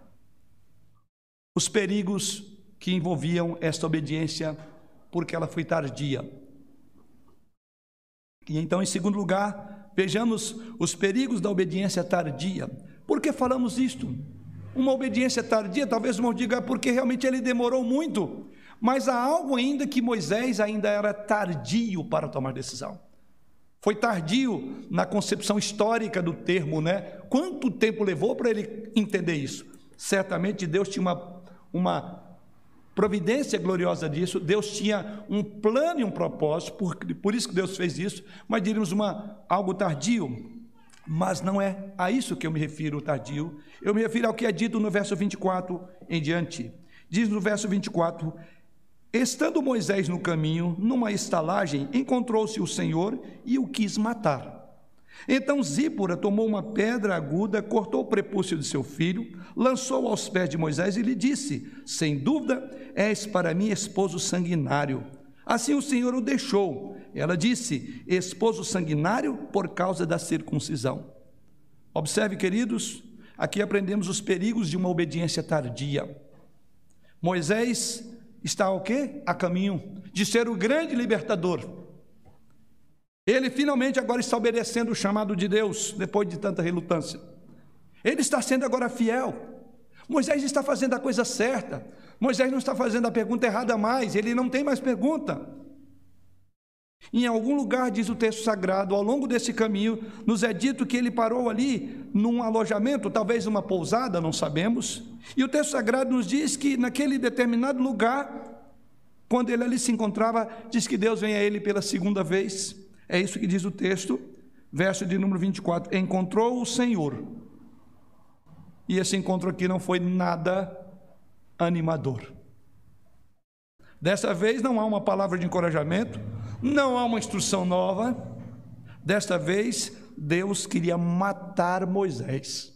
os perigos que envolviam esta obediência, porque ela foi tardia. E então, em segundo lugar, vejamos os perigos da obediência tardia. Por que falamos isto? Uma obediência tardia, talvez o irmão diga, porque realmente ele demorou muito, mas há algo ainda que Moisés ainda era tardio para tomar decisão. Foi tardio na concepção histórica do termo, né? Quanto tempo levou para ele entender isso? Certamente Deus tinha uma, uma providência gloriosa disso, Deus tinha um plano e um propósito, por, por isso que Deus fez isso, mas diríamos uma, algo tardio. Mas não é a isso que eu me refiro, tardio. Eu me refiro ao que é dito no verso vinte e quatro em diante. Diz no verso vinte e quatro: estando Moisés no caminho, numa estalagem, encontrou-se o Senhor e o quis matar. Então Zípora tomou uma pedra aguda, cortou o prepúcio de seu filho, lançou aos pés de Moisés e lhe disse: sem dúvida, és para mim esposo sanguinário. Assim o Senhor o deixou. Ela disse: esposo sanguinário por causa da circuncisão. Observe, queridos, aqui aprendemos os perigos de uma obediência tardia. Moisés está o quê? A caminho de ser o grande libertador. Ele finalmente agora está obedecendo o chamado de Deus, depois de tanta relutância. Ele está sendo agora fiel. Moisés está fazendo a coisa certa. Moisés não está fazendo a pergunta errada mais, ele não tem mais pergunta. Em algum lugar, diz o texto sagrado, ao longo desse caminho, nos é dito que ele parou ali num alojamento, talvez uma pousada, não sabemos. E o texto sagrado nos diz que naquele determinado lugar, quando ele ali se encontrava, diz que Deus vem a ele pela segunda vez. É isso que diz o texto, verso de número vinte e quatro. Encontrou o Senhor. E esse encontro aqui não foi nada animador. Dessa vez não há uma palavra de encorajamento, não há uma instrução nova. Desta vez Deus queria matar Moisés.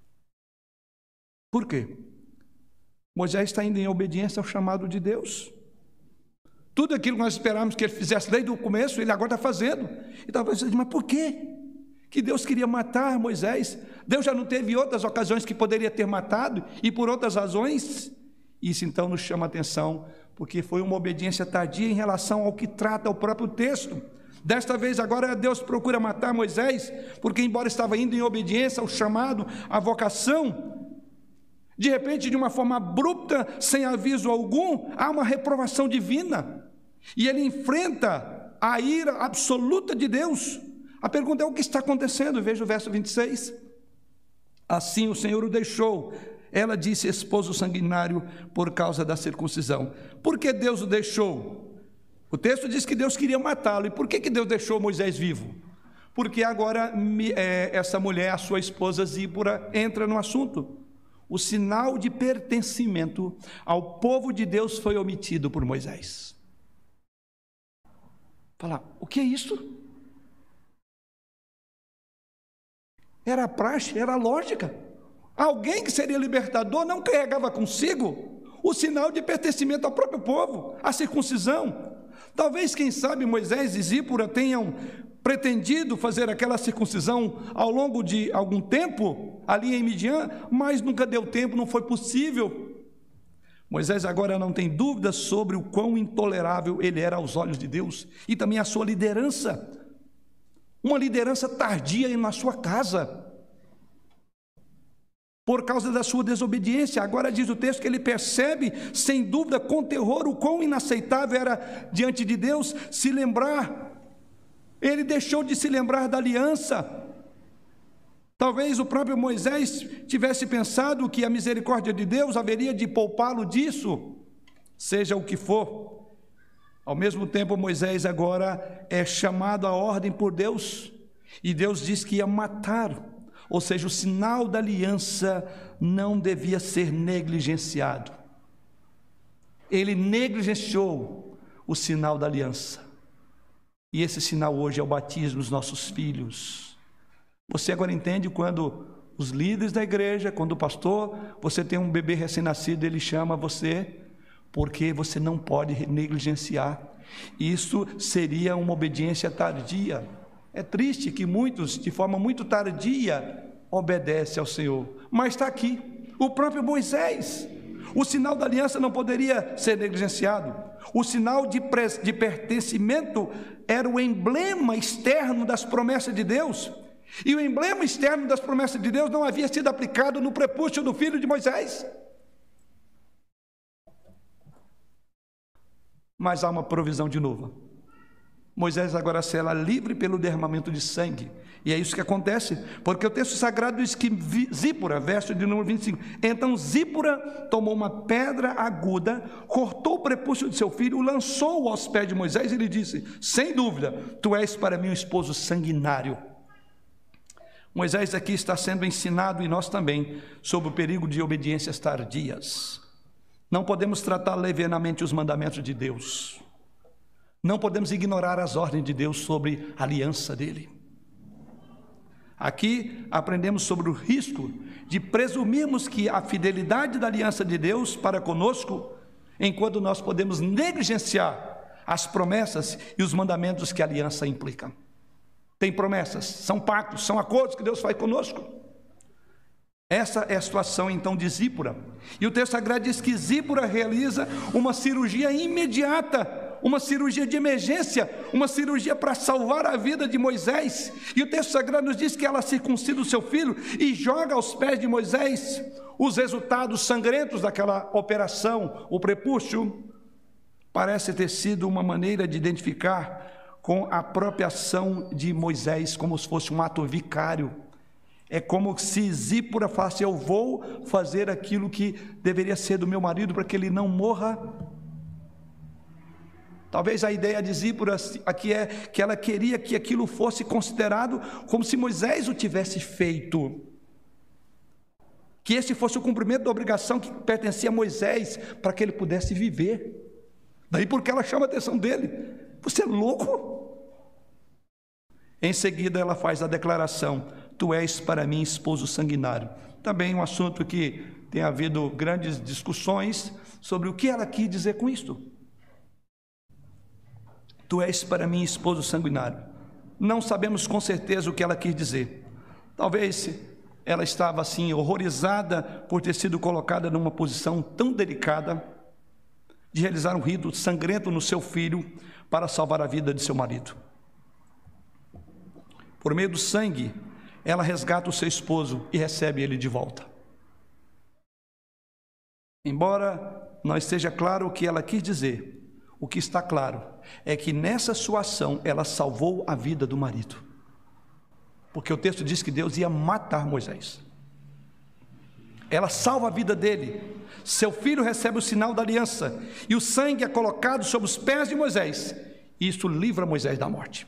Por quê? Moisés está indo em obediência ao chamado de Deus. Tudo aquilo que nós esperávamos que ele fizesse desde o começo, ele agora está fazendo. E talvez você diga: mas por quê que Deus queria matar Moisés? Deus já não teve outras ocasiões que poderia ter matado, e por outras razões? Isso então nos chama a atenção, porque foi uma obediência tardia em relação ao que trata o próprio texto. Desta vez agora Deus procura matar Moisés, porque embora estava indo em obediência ao chamado, à vocação, de repente, de uma forma abrupta, sem aviso algum, há uma reprovação divina, e ele enfrenta a ira absoluta de Deus. A pergunta é: o que está acontecendo? Veja o verso vinte e seis. Assim o Senhor o deixou. Ela disse: esposo sanguinário, por causa da circuncisão. Por que Deus o deixou? O texto diz que Deus queria matá-lo. E por que, que Deus deixou Moisés vivo? Porque agora é, essa mulher, a sua esposa Zípora, entra no assunto. O sinal de pertencimento ao povo de Deus foi omitido por Moisés. Fala, o que é isso? Era praxe, era lógica. Alguém que seria libertador não carregava consigo o sinal de pertencimento ao próprio povo, a circuncisão. Talvez, quem sabe, Moisés e Zípora tenham pretendido fazer aquela circuncisão ao longo de algum tempo, ali em Midian, mas nunca deu tempo, não foi possível. Moisés agora não tem dúvidas sobre o quão intolerável ele era aos olhos de Deus, e também a sua liderança, uma liderança tardia na sua casa, por causa da sua desobediência. Agora diz o texto que ele percebe, sem dúvida, com terror, o quão inaceitável era diante de Deus se lembrar. Ele deixou de se lembrar da aliança. Talvez o próprio Moisés tivesse pensado que a misericórdia de Deus haveria de poupá-lo disso, seja o que for. Ao mesmo tempo, Moisés agora é chamado à ordem por Deus, e Deus diz que ia matá-lo. Ou seja, o sinal da aliança não devia ser negligenciado. Ele negligenciou o sinal da aliança. E esse sinal hoje é o batismo dos nossos filhos. Você agora entende quando os líderes da igreja, quando o pastor, você tem um bebê recém-nascido, ele chama você, porque você não pode negligenciar. Isso seria uma obediência tardia. É triste que muitos, de forma muito tardia, obedecem ao Senhor. Mas está aqui, o próprio Moisés. O sinal da aliança não poderia ser negligenciado. O sinal de, de pertencimento era o emblema externo das promessas de Deus. E o emblema externo das promessas de Deus não havia sido aplicado no prepúcio do filho de Moisés. Mas há uma provisão de novo. Moisés agora será livre pelo derramamento de sangue. E é isso que acontece, porque o texto sagrado diz que Zípora, verso de número vinte e cinco, então Zípora tomou uma pedra aguda, cortou o prepúcio de seu filho, lançou-o aos pés de Moisés e lhe disse: sem dúvida, tu és para mim um esposo sanguinário. Moisés aqui está sendo ensinado, e nós também, sobre o perigo de obediências tardias. Não podemos tratar levianamente os mandamentos de Deus. Não podemos ignorar as ordens de Deus sobre a aliança dele. Aqui aprendemos sobre o risco de presumirmos que a fidelidade da aliança de Deus para conosco, enquanto nós podemos negligenciar as promessas e os mandamentos que a aliança implica. Tem promessas, são pactos, são acordos que Deus faz conosco. Essa é a situação então de Zípora. E o texto sagrado diz que Zípora realiza uma cirurgia imediata, uma cirurgia de emergência, uma cirurgia para salvar a vida de Moisés. E o texto sagrado nos diz que ela circuncida o seu filho e joga aos pés de Moisés os resultados sangrentos daquela operação. O prepúcio parece ter sido uma maneira de identificar com a própria ação de Moisés, como se fosse um ato vicário. É como se Zípora falasse: eu vou fazer aquilo que deveria ser do meu marido para que ele não morra. Talvez a ideia de Zípora aqui é que ela queria que aquilo fosse considerado como se Moisés o tivesse feito, que esse fosse o cumprimento da obrigação que pertencia a Moisés, para que ele pudesse viver. Daí porque ela chama a atenção dele: você é louco? Em seguida ela faz a declaração: tu és para mim esposo sanguinário. Também um assunto que tem havido grandes discussões sobre o que ela quis dizer com isto. Tu és para mim esposo sanguinário. Não sabemos com certeza o que ela quis dizer. Talvez ela estava assim horrorizada por ter sido colocada numa posição tão delicada de realizar um rito sangrento no seu filho para salvar a vida de seu marido. Por meio do sangue, ela resgata o seu esposo e recebe ele de volta. Embora não esteja claro o que ela quis dizer, o que está claro é que nessa sua ação ela salvou a vida do marido. Porque o texto diz que Deus ia matar Moisés. ela salva a vida dele. Seu filho recebe o sinal da aliança, e o sangue é colocado sobre os pés de Moisés, e isso livra Moisés da morte.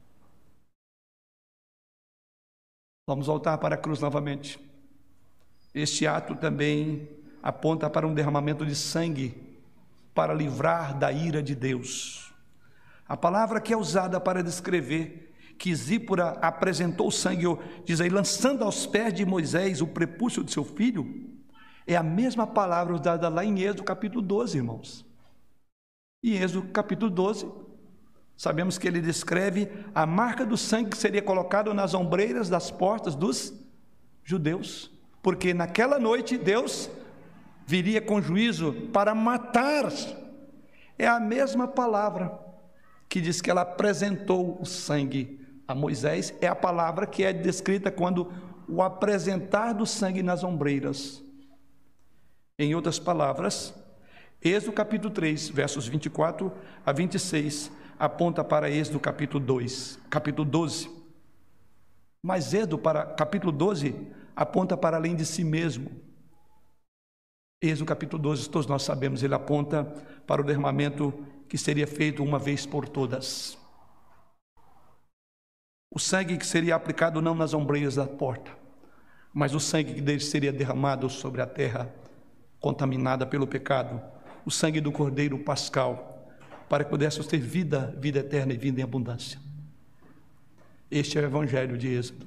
Vamos voltar para a cruz novamente. Este ato também aponta para um derramamento de sangue, para livrar da ira de Deus. A palavra que é usada para descrever que Zípora apresentou o sangue, diz aí, lançando aos pés de Moisés o prepúcio de seu filho, é a mesma palavra usada lá em Êxodo capítulo doze, irmãos. Em Êxodo capítulo doze, sabemos que ele descreve a marca do sangue que seria colocado nas ombreiras das portas dos judeus, porque naquela noite Deus viria com juízo para matar. É a mesma palavra que diz que ela apresentou o sangue a Moisés, é a palavra que é descrita quando o apresentar do sangue nas ombreiras. Em outras palavras, Êxodo capítulo três, versos vinte e quatro a vinte e seis, aponta para Êxodo capítulo dois, capítulo doze. Mas Êxodo para capítulo doze aponta para além de si mesmo. Êxodo capítulo doze, todos nós sabemos, ele aponta para o derramamento que seria feito uma vez por todas. O sangue que seria aplicado não nas ombreiras da porta, mas o sangue que seria derramado sobre a terra contaminada pelo pecado, o sangue do Cordeiro Pascal, para que pudéssemos ter vida, vida eterna e vida em abundância. Este é o Evangelho de Êxodo.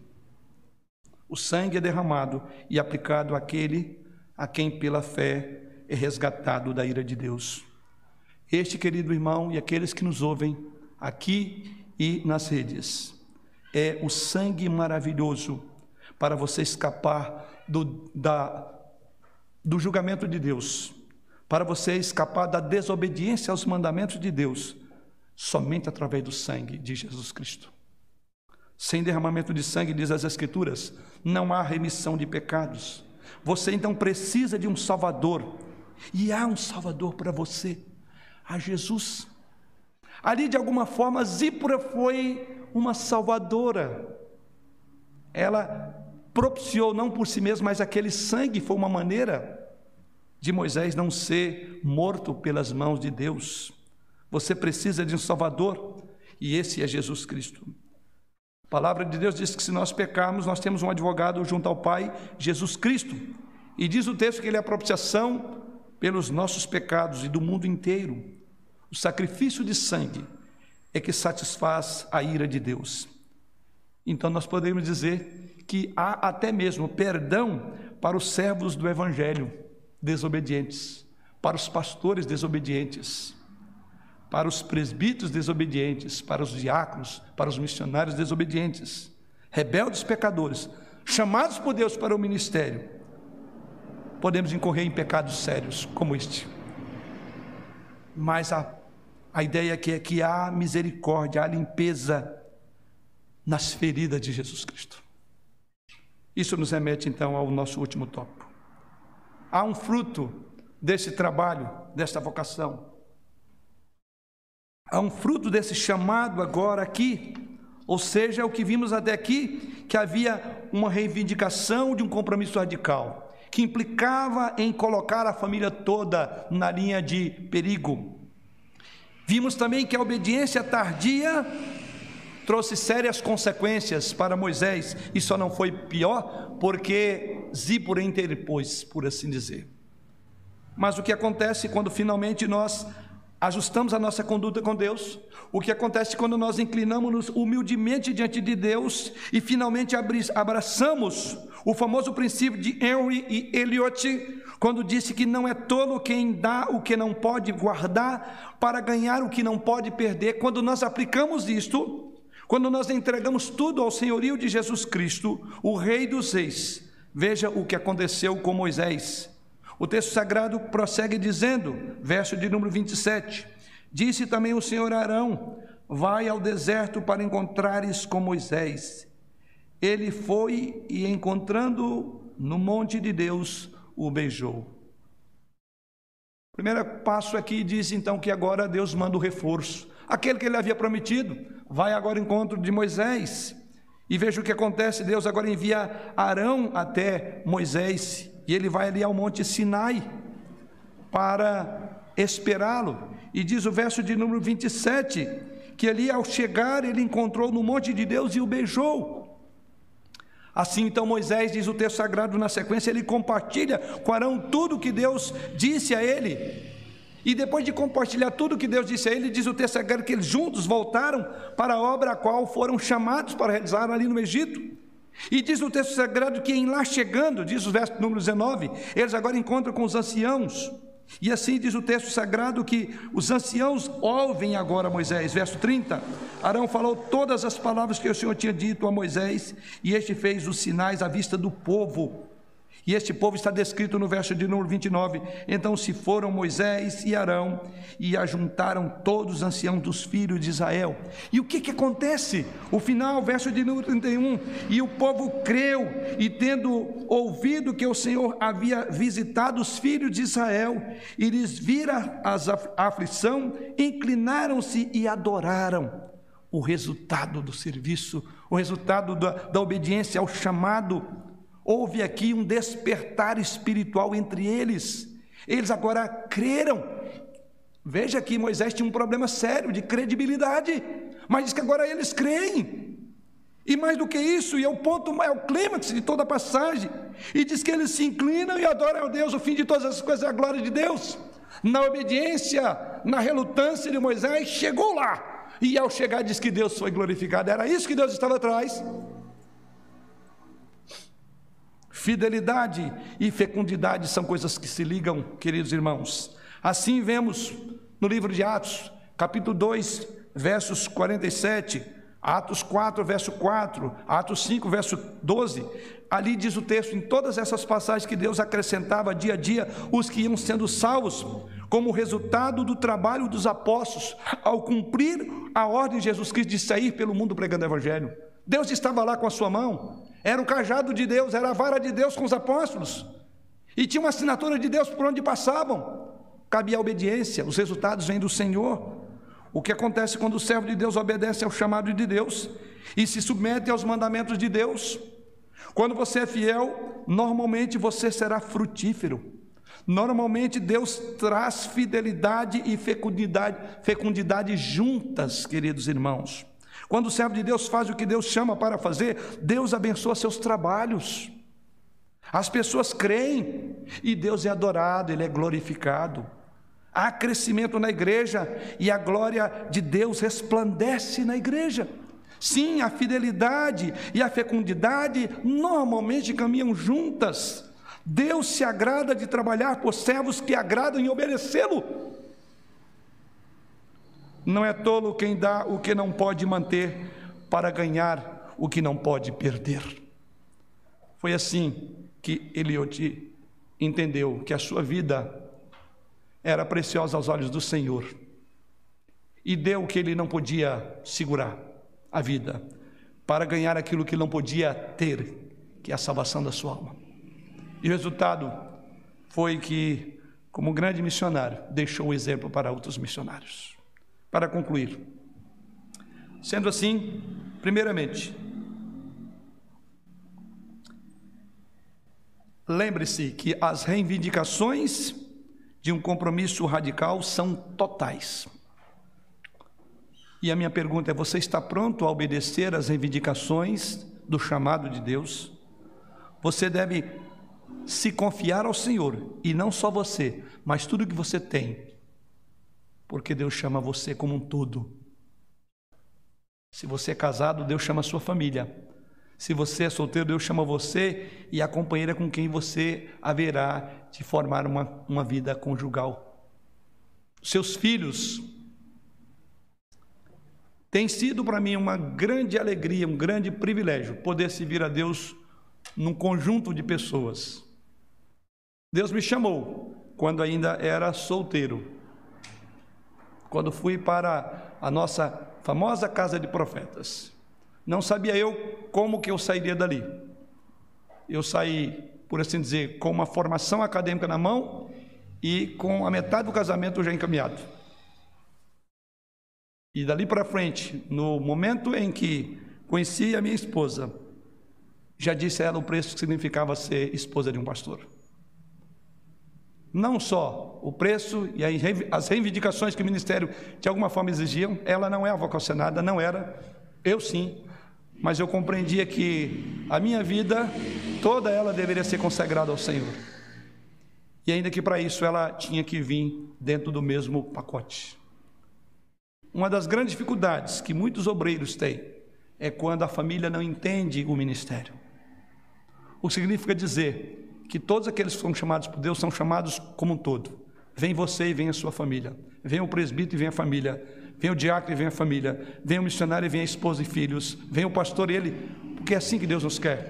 O sangue é derramado e aplicado àquele a quem pela fé é resgatado da ira de Deus. Este, querido irmão, e aqueles que nos ouvem aqui e nas redes, é o sangue maravilhoso para você escapar do, da, do julgamento de Deus, para você escapar da desobediência aos mandamentos de Deus, somente através do sangue de Jesus Cristo. Sem derramamento de sangue, diz as Escrituras, não há remissão de pecados. Você então precisa de um Salvador, e há um Salvador para você, a Jesus. Ali, de alguma forma, Zípora foi uma salvadora. Ela propiciou, não por si mesma, mas aquele sangue foi uma maneira de Moisés não ser morto pelas mãos de Deus. Você precisa de um Salvador, e esse é Jesus Cristo. A palavra de Deus diz que se nós pecarmos, nós temos um advogado junto ao Pai, Jesus Cristo. E diz o texto que ele é a propiciação pelos nossos pecados e do mundo inteiro. O sacrifício de sangue é que satisfaz a ira de Deus. Então nós podemos dizer que há até mesmo perdão para os servos do Evangelho desobedientes, para os pastores desobedientes, para os presbíteros desobedientes, para os diáconos, para os missionários desobedientes, rebeldes pecadores, chamados por Deus para o ministério. Podemos incorrer em pecados sérios como este. Mas a, a ideia aqui é que há misericórdia, há limpeza nas feridas de Jesus Cristo. Isso nos remete então ao nosso último tópico. Há um fruto desse trabalho, desta vocação. Há um fruto desse chamado agora aqui, ou seja, o que vimos até aqui, que havia uma reivindicação de um compromisso radical, que implicava em colocar a família toda na linha de perigo. Vimos também que a obediência tardia trouxe sérias consequências para Moisés, e só não foi pior porque Zípora interpôs, por assim dizer. Mas o que acontece quando finalmente nós ajustamos a nossa conduta com Deus? O que acontece quando nós inclinamos-nos humildemente diante de Deus e finalmente abraçamos o famoso princípio de Henry e Eliot, quando disse que não é tolo quem dá o que não pode guardar para ganhar o que não pode perder. Quando nós aplicamos isto, quando nós entregamos tudo ao senhorio de Jesus Cristo, o Rei dos Reis, veja o que aconteceu com Moisés. O texto sagrado prossegue dizendo, verso de número vinte e sete, disse também o Senhor a Arão, vai ao deserto para encontrares com Moisés. Ele foi e encontrando no monte de Deus, o beijou. O primeiro passo aqui diz então que agora Deus manda o reforço. Aquele que ele havia prometido, vai agora ao encontro de Moisés. E veja o que acontece, Deus agora envia Arão até Moisés. e ele vai ali ao Monte Sinai para esperá-lo. E diz o verso de número vinte e sete, que ali ao chegar ele encontrou no monte de Deus e o beijou. Assim então Moisés, diz o texto sagrado na sequência, ele compartilha com Arão tudo que Deus disse a ele. E depois de compartilhar tudo que Deus disse a ele, diz o texto sagrado que eles juntos voltaram para a obra a qual foram chamados para realizar ali no Egito. E diz o texto sagrado que em lá chegando, diz o verso número dezenove, eles agora encontram com os anciãos. E assim diz o texto sagrado que os anciãos ouvem agora Moisés. Verso trinta, Arão falou todas as palavras que o Senhor tinha dito a Moisés, e este fez os sinais à vista do povo. E este povo está descrito no verso de número vinte e nove. Então se foram Moisés e Arão e ajuntaram todos os anciãos dos filhos de Israel. E o que que acontece? O final, verso de número trinta e um, e o povo creu, e tendo ouvido que o Senhor havia visitado os filhos de Israel e lhes vira as af- a aflição, inclinaram-se e adoraram. O resultado do serviço, o resultado da, da obediência ao chamado. Houve aqui um despertar espiritual entre eles. Eles agora creram. Veja que Moisés tinha um problema sério de credibilidade, mas diz que agora eles creem. E mais do que isso, e é o ponto, é o clímax de toda a passagem, e diz que eles se inclinam e adoram a Deus. O fim de todas as coisas é a glória de Deus. Na obediência, na relutância de Moisés, chegou lá, e ao chegar diz que Deus foi glorificado. Era isso que Deus estava atrás. Fidelidade e fecundidade são coisas que se ligam, queridos irmãos. Assim vemos no livro de Atos, capítulo dois, versos quarenta e sete, Atos quatro, verso quatro, Atos cinco, verso doze. Ali diz o texto, em todas essas passagens, que Deus acrescentava dia a dia os que iam sendo salvos, como resultado do trabalho dos apóstolos, ao cumprir a ordem de Jesus Cristo de sair pelo mundo pregando o evangelho. Deus estava lá com a sua mão, era o cajado de Deus, era a vara de Deus com os apóstolos, e tinha uma assinatura de Deus por onde passavam. Cabia a obediência, os resultados vêm do Senhor. O que acontece quando o servo de Deus obedece ao chamado de Deus e se submete aos mandamentos de Deus? Quando você é fiel, normalmente você será frutífero. Normalmente Deus traz fidelidade e fecundidade, fecundidade juntas, queridos irmãos. Quando o servo de Deus faz o que Deus chama para fazer, Deus abençoa seus trabalhos. As pessoas creem e Deus é adorado, Ele é glorificado. Há crescimento na igreja e a glória de Deus resplandece na igreja. Sim, a fidelidade e a fecundidade normalmente caminham juntas. Deus se agrada de trabalhar por servos que agradam em obedecê-lo. Não é tolo quem dá o que não pode manter para ganhar o que não pode perder. Foi assim que Eliode entendeu que a sua vida era preciosa aos olhos do Senhor e deu o que ele não podia segurar, a vida, para ganhar aquilo que não podia ter, que é a salvação da sua alma. E o resultado foi que, como grande missionário, deixou o exemplo para outros missionários. Para concluir, sendo assim, primeiramente, lembre-se que as reivindicações de um compromisso radical são totais. E a minha pergunta é: você está pronto a obedecer às reivindicações do chamado de Deus? Você deve se confiar ao Senhor, e não só você, mas tudo que você tem, porque Deus chama você como um todo. Se você é casado, Deus chama a sua família. Se você é solteiro, Deus chama você e a companheira com quem você haverá de formar uma, uma vida conjugal. Seus filhos têm sido para mim uma grande alegria, um grande privilégio poder servir a Deus num conjunto de pessoas. Deus me chamou quando ainda era solteiro, quando fui para a nossa famosa casa de profetas. Não sabia eu como que eu sairia dali. Eu saí, por assim dizer, com uma formação acadêmica na mão e com a metade do casamento já encaminhado. E dali para frente, no momento em que conheci a minha esposa, já disse a ela o preço que significava ser esposa de um pastor. não só o preço e as reivindicações que o ministério de alguma forma exigiam, ela não é vocacionada, não era, eu sim, mas eu compreendia que a minha vida, toda ela deveria ser consagrada ao Senhor. E ainda que para isso ela tinha que vir dentro do mesmo pacote. Uma das grandes dificuldades que muitos obreiros têm é quando a família não entende o ministério. O que significa dizer que todos aqueles que são chamados por Deus são chamados como um todo. Vem você e vem a sua família. Vem o presbítero e vem a família. Vem o diácono e vem a família. Vem o missionário e vem a esposa e filhos. Vem o pastor e ele, porque é assim que Deus nos quer.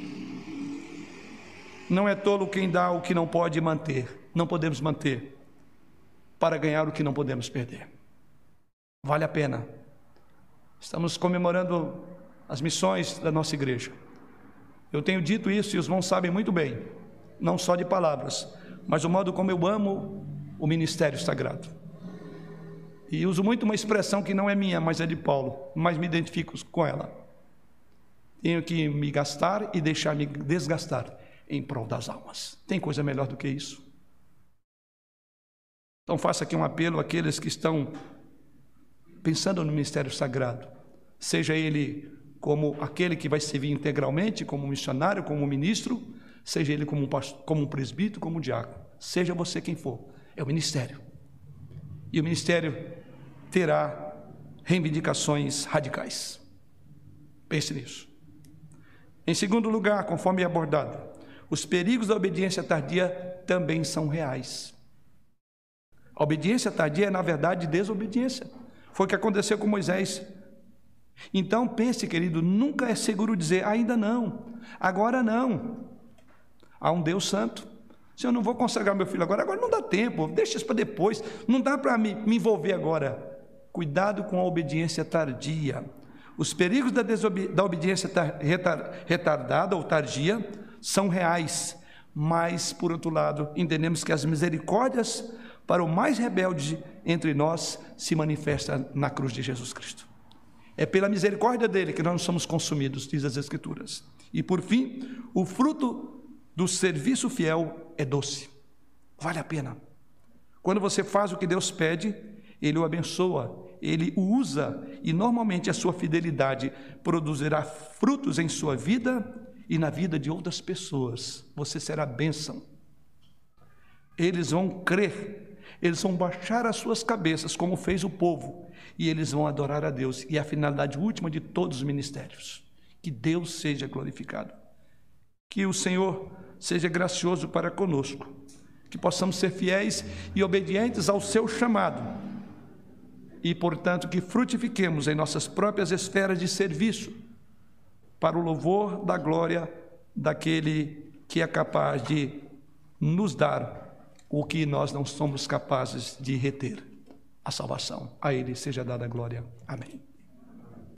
Não é tolo quem dá o que não pode manter. Não podemos manter para ganhar o que não podemos perder. Vale a pena. Estamos comemorando as missões da nossa igreja. Eu tenho dito isso e os irmãos sabem muito bem, não só de palavras, mas o modo como eu amo o ministério sagrado. E uso muito uma expressão que não é minha, mas é de Paulo, mas me identifico com ela. Tenho que me gastar e deixar-me desgastar em prol das almas. Tem coisa melhor do que isso? Então faço aqui um apelo àqueles que estão pensando no ministério sagrado, seja ele como aquele que vai servir integralmente, como missionário, como ministro, seja ele como um, pastor, como um presbítero, como um diácono, seja você quem for, é o ministério. E o ministério terá reivindicações radicais. Pense nisso. Em segundo lugar, conforme é abordado, os perigos da obediência tardia também são reais. A obediência tardia é, na verdade, desobediência. Foi o que aconteceu com Moisés. Então pense, querido, nunca é seguro dizer ainda não, agora não. Há um Deus santo. Se eu não vou consagrar meu filho agora, agora não dá tempo, deixa isso para depois, não dá para me, me envolver agora. Cuidado com a obediência tardia. Os perigos da, desobe, da obediência tar, retar, retardada ou tardia são reais, mas por outro lado entendemos que as misericórdias para o mais rebelde entre nós se manifestam na cruz de Jesus Cristo. É pela misericórdia dele que nós não somos consumidos, diz as Escrituras. E por fim, o fruto do serviço fiel é doce. Vale a pena. Quando você faz o que Deus pede, Ele o abençoa, Ele o usa, e normalmente a sua fidelidade produzirá frutos em sua vida e na vida de outras pessoas. Você será bênção. Eles vão crer, eles vão baixar as suas cabeças, como fez o povo, e eles vão adorar a Deus. E a finalidade última de todos os ministérios, que Deus seja glorificado, que o Senhor seja gracioso para conosco, que possamos ser fiéis e obedientes ao seu chamado, e portanto que frutifiquemos em nossas próprias esferas de serviço, para o louvor da glória daquele que é capaz de nos dar o que nós não somos capazes de reter, a salvação. A Ele seja dada a glória. Amém.